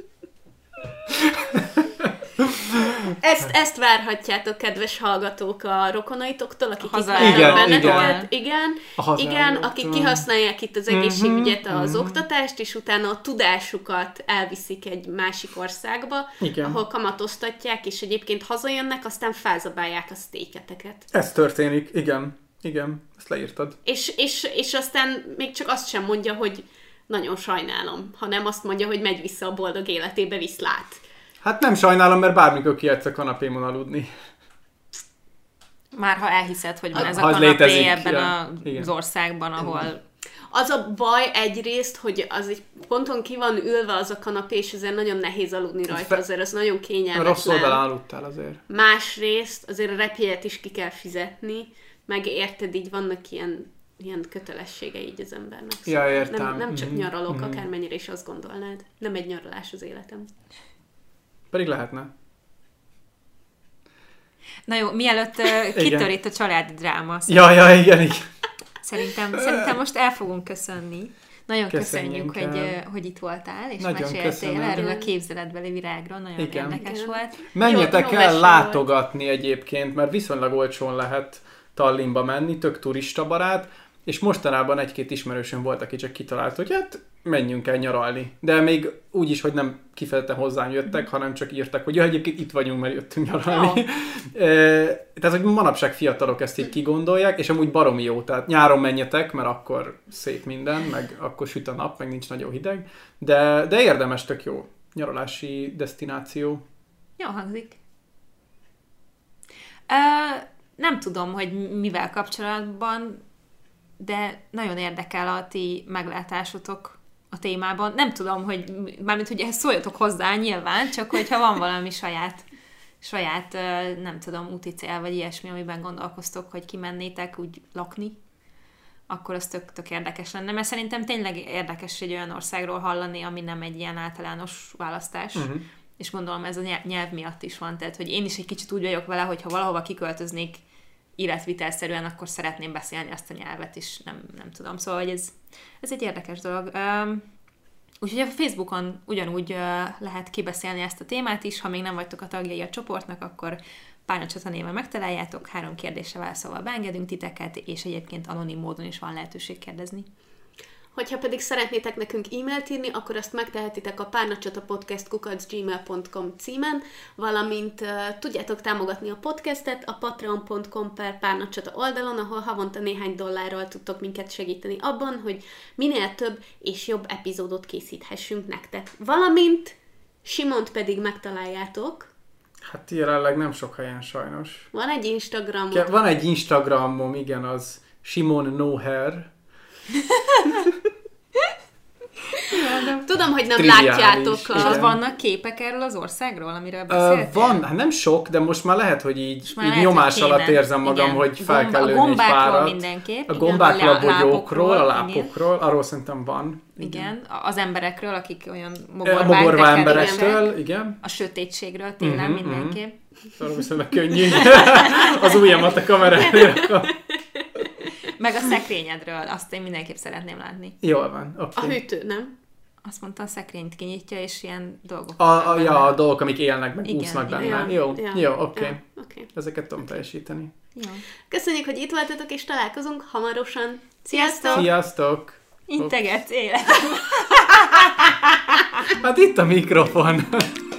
Ezt várhatjátok, kedves hallgatók, a rokonaitoktól, akik itt vannak benneteket. Igen, akik kihasználják itt az egészségügyet, az oktatást, és utána a tudásukat elviszik egy másik országba, ahol kamatoztatják, és egyébként hazajönnek, aztán felzabálják a sztéketeket. Ez történik, igen, ezt leírtad. És aztán még csak azt sem mondja, hogy nagyon sajnálom, hanem azt mondja, hogy megy vissza a boldog életébe, viszlát. Hát nem sajnálom, mert bármikor kiadsz a kanapémon aludni. Már ha elhiszed, hogy van ez a kanapé ebben az országban, ahol... Az a baj egyrészt, hogy az egy ponton ki van ülve az a kanapé, és ezért nagyon nehéz aludni rajta, azért az nagyon kényelmetlen. Rossz oldalán aludtál azért. Másrészt azért a repjegyet is ki kell fizetni, meg érted, így vannak ilyen kötelessége így az embernek. Szóval ja, értem. Nem csak nyaralok, akármennyire is azt gondolnád. Nem egy nyaralás az életem. Pedig lehetne. Na jó, mielőtt kitör itt a családi dráma. Ja, igen. Szerintem most el fogunk köszönni. Nagyon köszönjük, hogy itt voltál, és nagyon meséltél erről a képzeletbeli virágról. Nagyon érdekes volt. Menjetek el látogatni egyébként, mert viszonylag olcsón lehet Tallinnba menni, tök turistabarát, és mostanában egy-két ismerősöm volt, aki csak kitalált, hogy hát menjünk el nyaralni. De még úgy is, hogy nem kifejezetten hozzám jöttek, hanem csak írtak, hogy egyébként itt vagyunk, mert jöttünk nyaralni. Tehát, hogy manapság fiatalok ezt így kigondolják, és amúgy baromi jó. Tehát nyáron menjetek, mert akkor szép minden, meg akkor süt a nap, meg nincs nagyon hideg. De érdemes, tök jó nyaralási desztináció. Jó hangzik. Nem tudom, hogy mivel kapcsolatban, de nagyon érdekel a ti meglátásotok a témában. Nem tudom, hogy mármint, hogy ehhez szóljatok hozzá nyilván, csak hogyha van valami saját nem tudom, úti cél, vagy ilyesmi, amiben gondolkoztok, hogy kimennétek úgy lakni, akkor az tök érdekes lenne, mert szerintem tényleg érdekes egy olyan országról hallani, ami nem egy ilyen általános választás, és gondolom ez a nyelv miatt is van, tehát hogy én is egy kicsit úgy vagyok vele, hogy ha valahova kiköltöznék életvitelszerűen, akkor szeretném beszélni azt a nyelvet is, nem tudom, szóval hogy ez egy érdekes dolog. Úgyhogy a Facebookon ugyanúgy lehet kibeszélni ezt a témát is, ha még nem vagytok a tagjai a csoportnak, akkor Párnacsata néven megtaláljátok, 3 kérdésre válaszolva beengedünk titeket, és egyébként anonim módon is van lehetőség kérdezni. Hogyha pedig szeretnétek nekünk e-mailt írni, akkor azt megtehetitek a párnacsatapodcast@gmail.com címen, valamint tudjátok támogatni a podcastet a patreon.com/párnacsata oldalon, ahol havonta néhány dollárral tudtok minket segíteni abban, hogy minél több és jobb epizódot készíthessünk nektek. Valamint Simont pedig megtaláljátok. Hát jelenleg nem sok helyen sajnos. Van egy Instagramom. Van egy Instagramom, igen, az Simon No Hair. Tudom, hogy nem látjátok. És vannak képek erről az országról, amiről beszéltél? Van, hát nem sok, de most már lehet, hogy így nyomás alatt érzem magam, hogy fel kell lőni egy párat. Mindenképp. A gombákról, a bogyókról, a lápokról, arról szerintem van. Igen, az emberekről, akik olyan mogorvá emberektől, igen. A sötétségről télen mindenképp. Arról viszonylag könnyű. Az ujjamat a kamerára. Meg a szekrényedről, azt én mindenképp szeretném látni. Jól van, oké. A hűtő, nem? Azt mondta, a szekrényt kinyitja, és ilyen dolgok. A dolgok, amik élnek, meg úsznak benne. Jó, oké. Ezeket tudom teljesíteni. Jó. Köszönjük, hogy itt voltatok, és találkozunk hamarosan. Sziasztok! Sziasztok! Integetsz élet! Hát itt a mikrofon.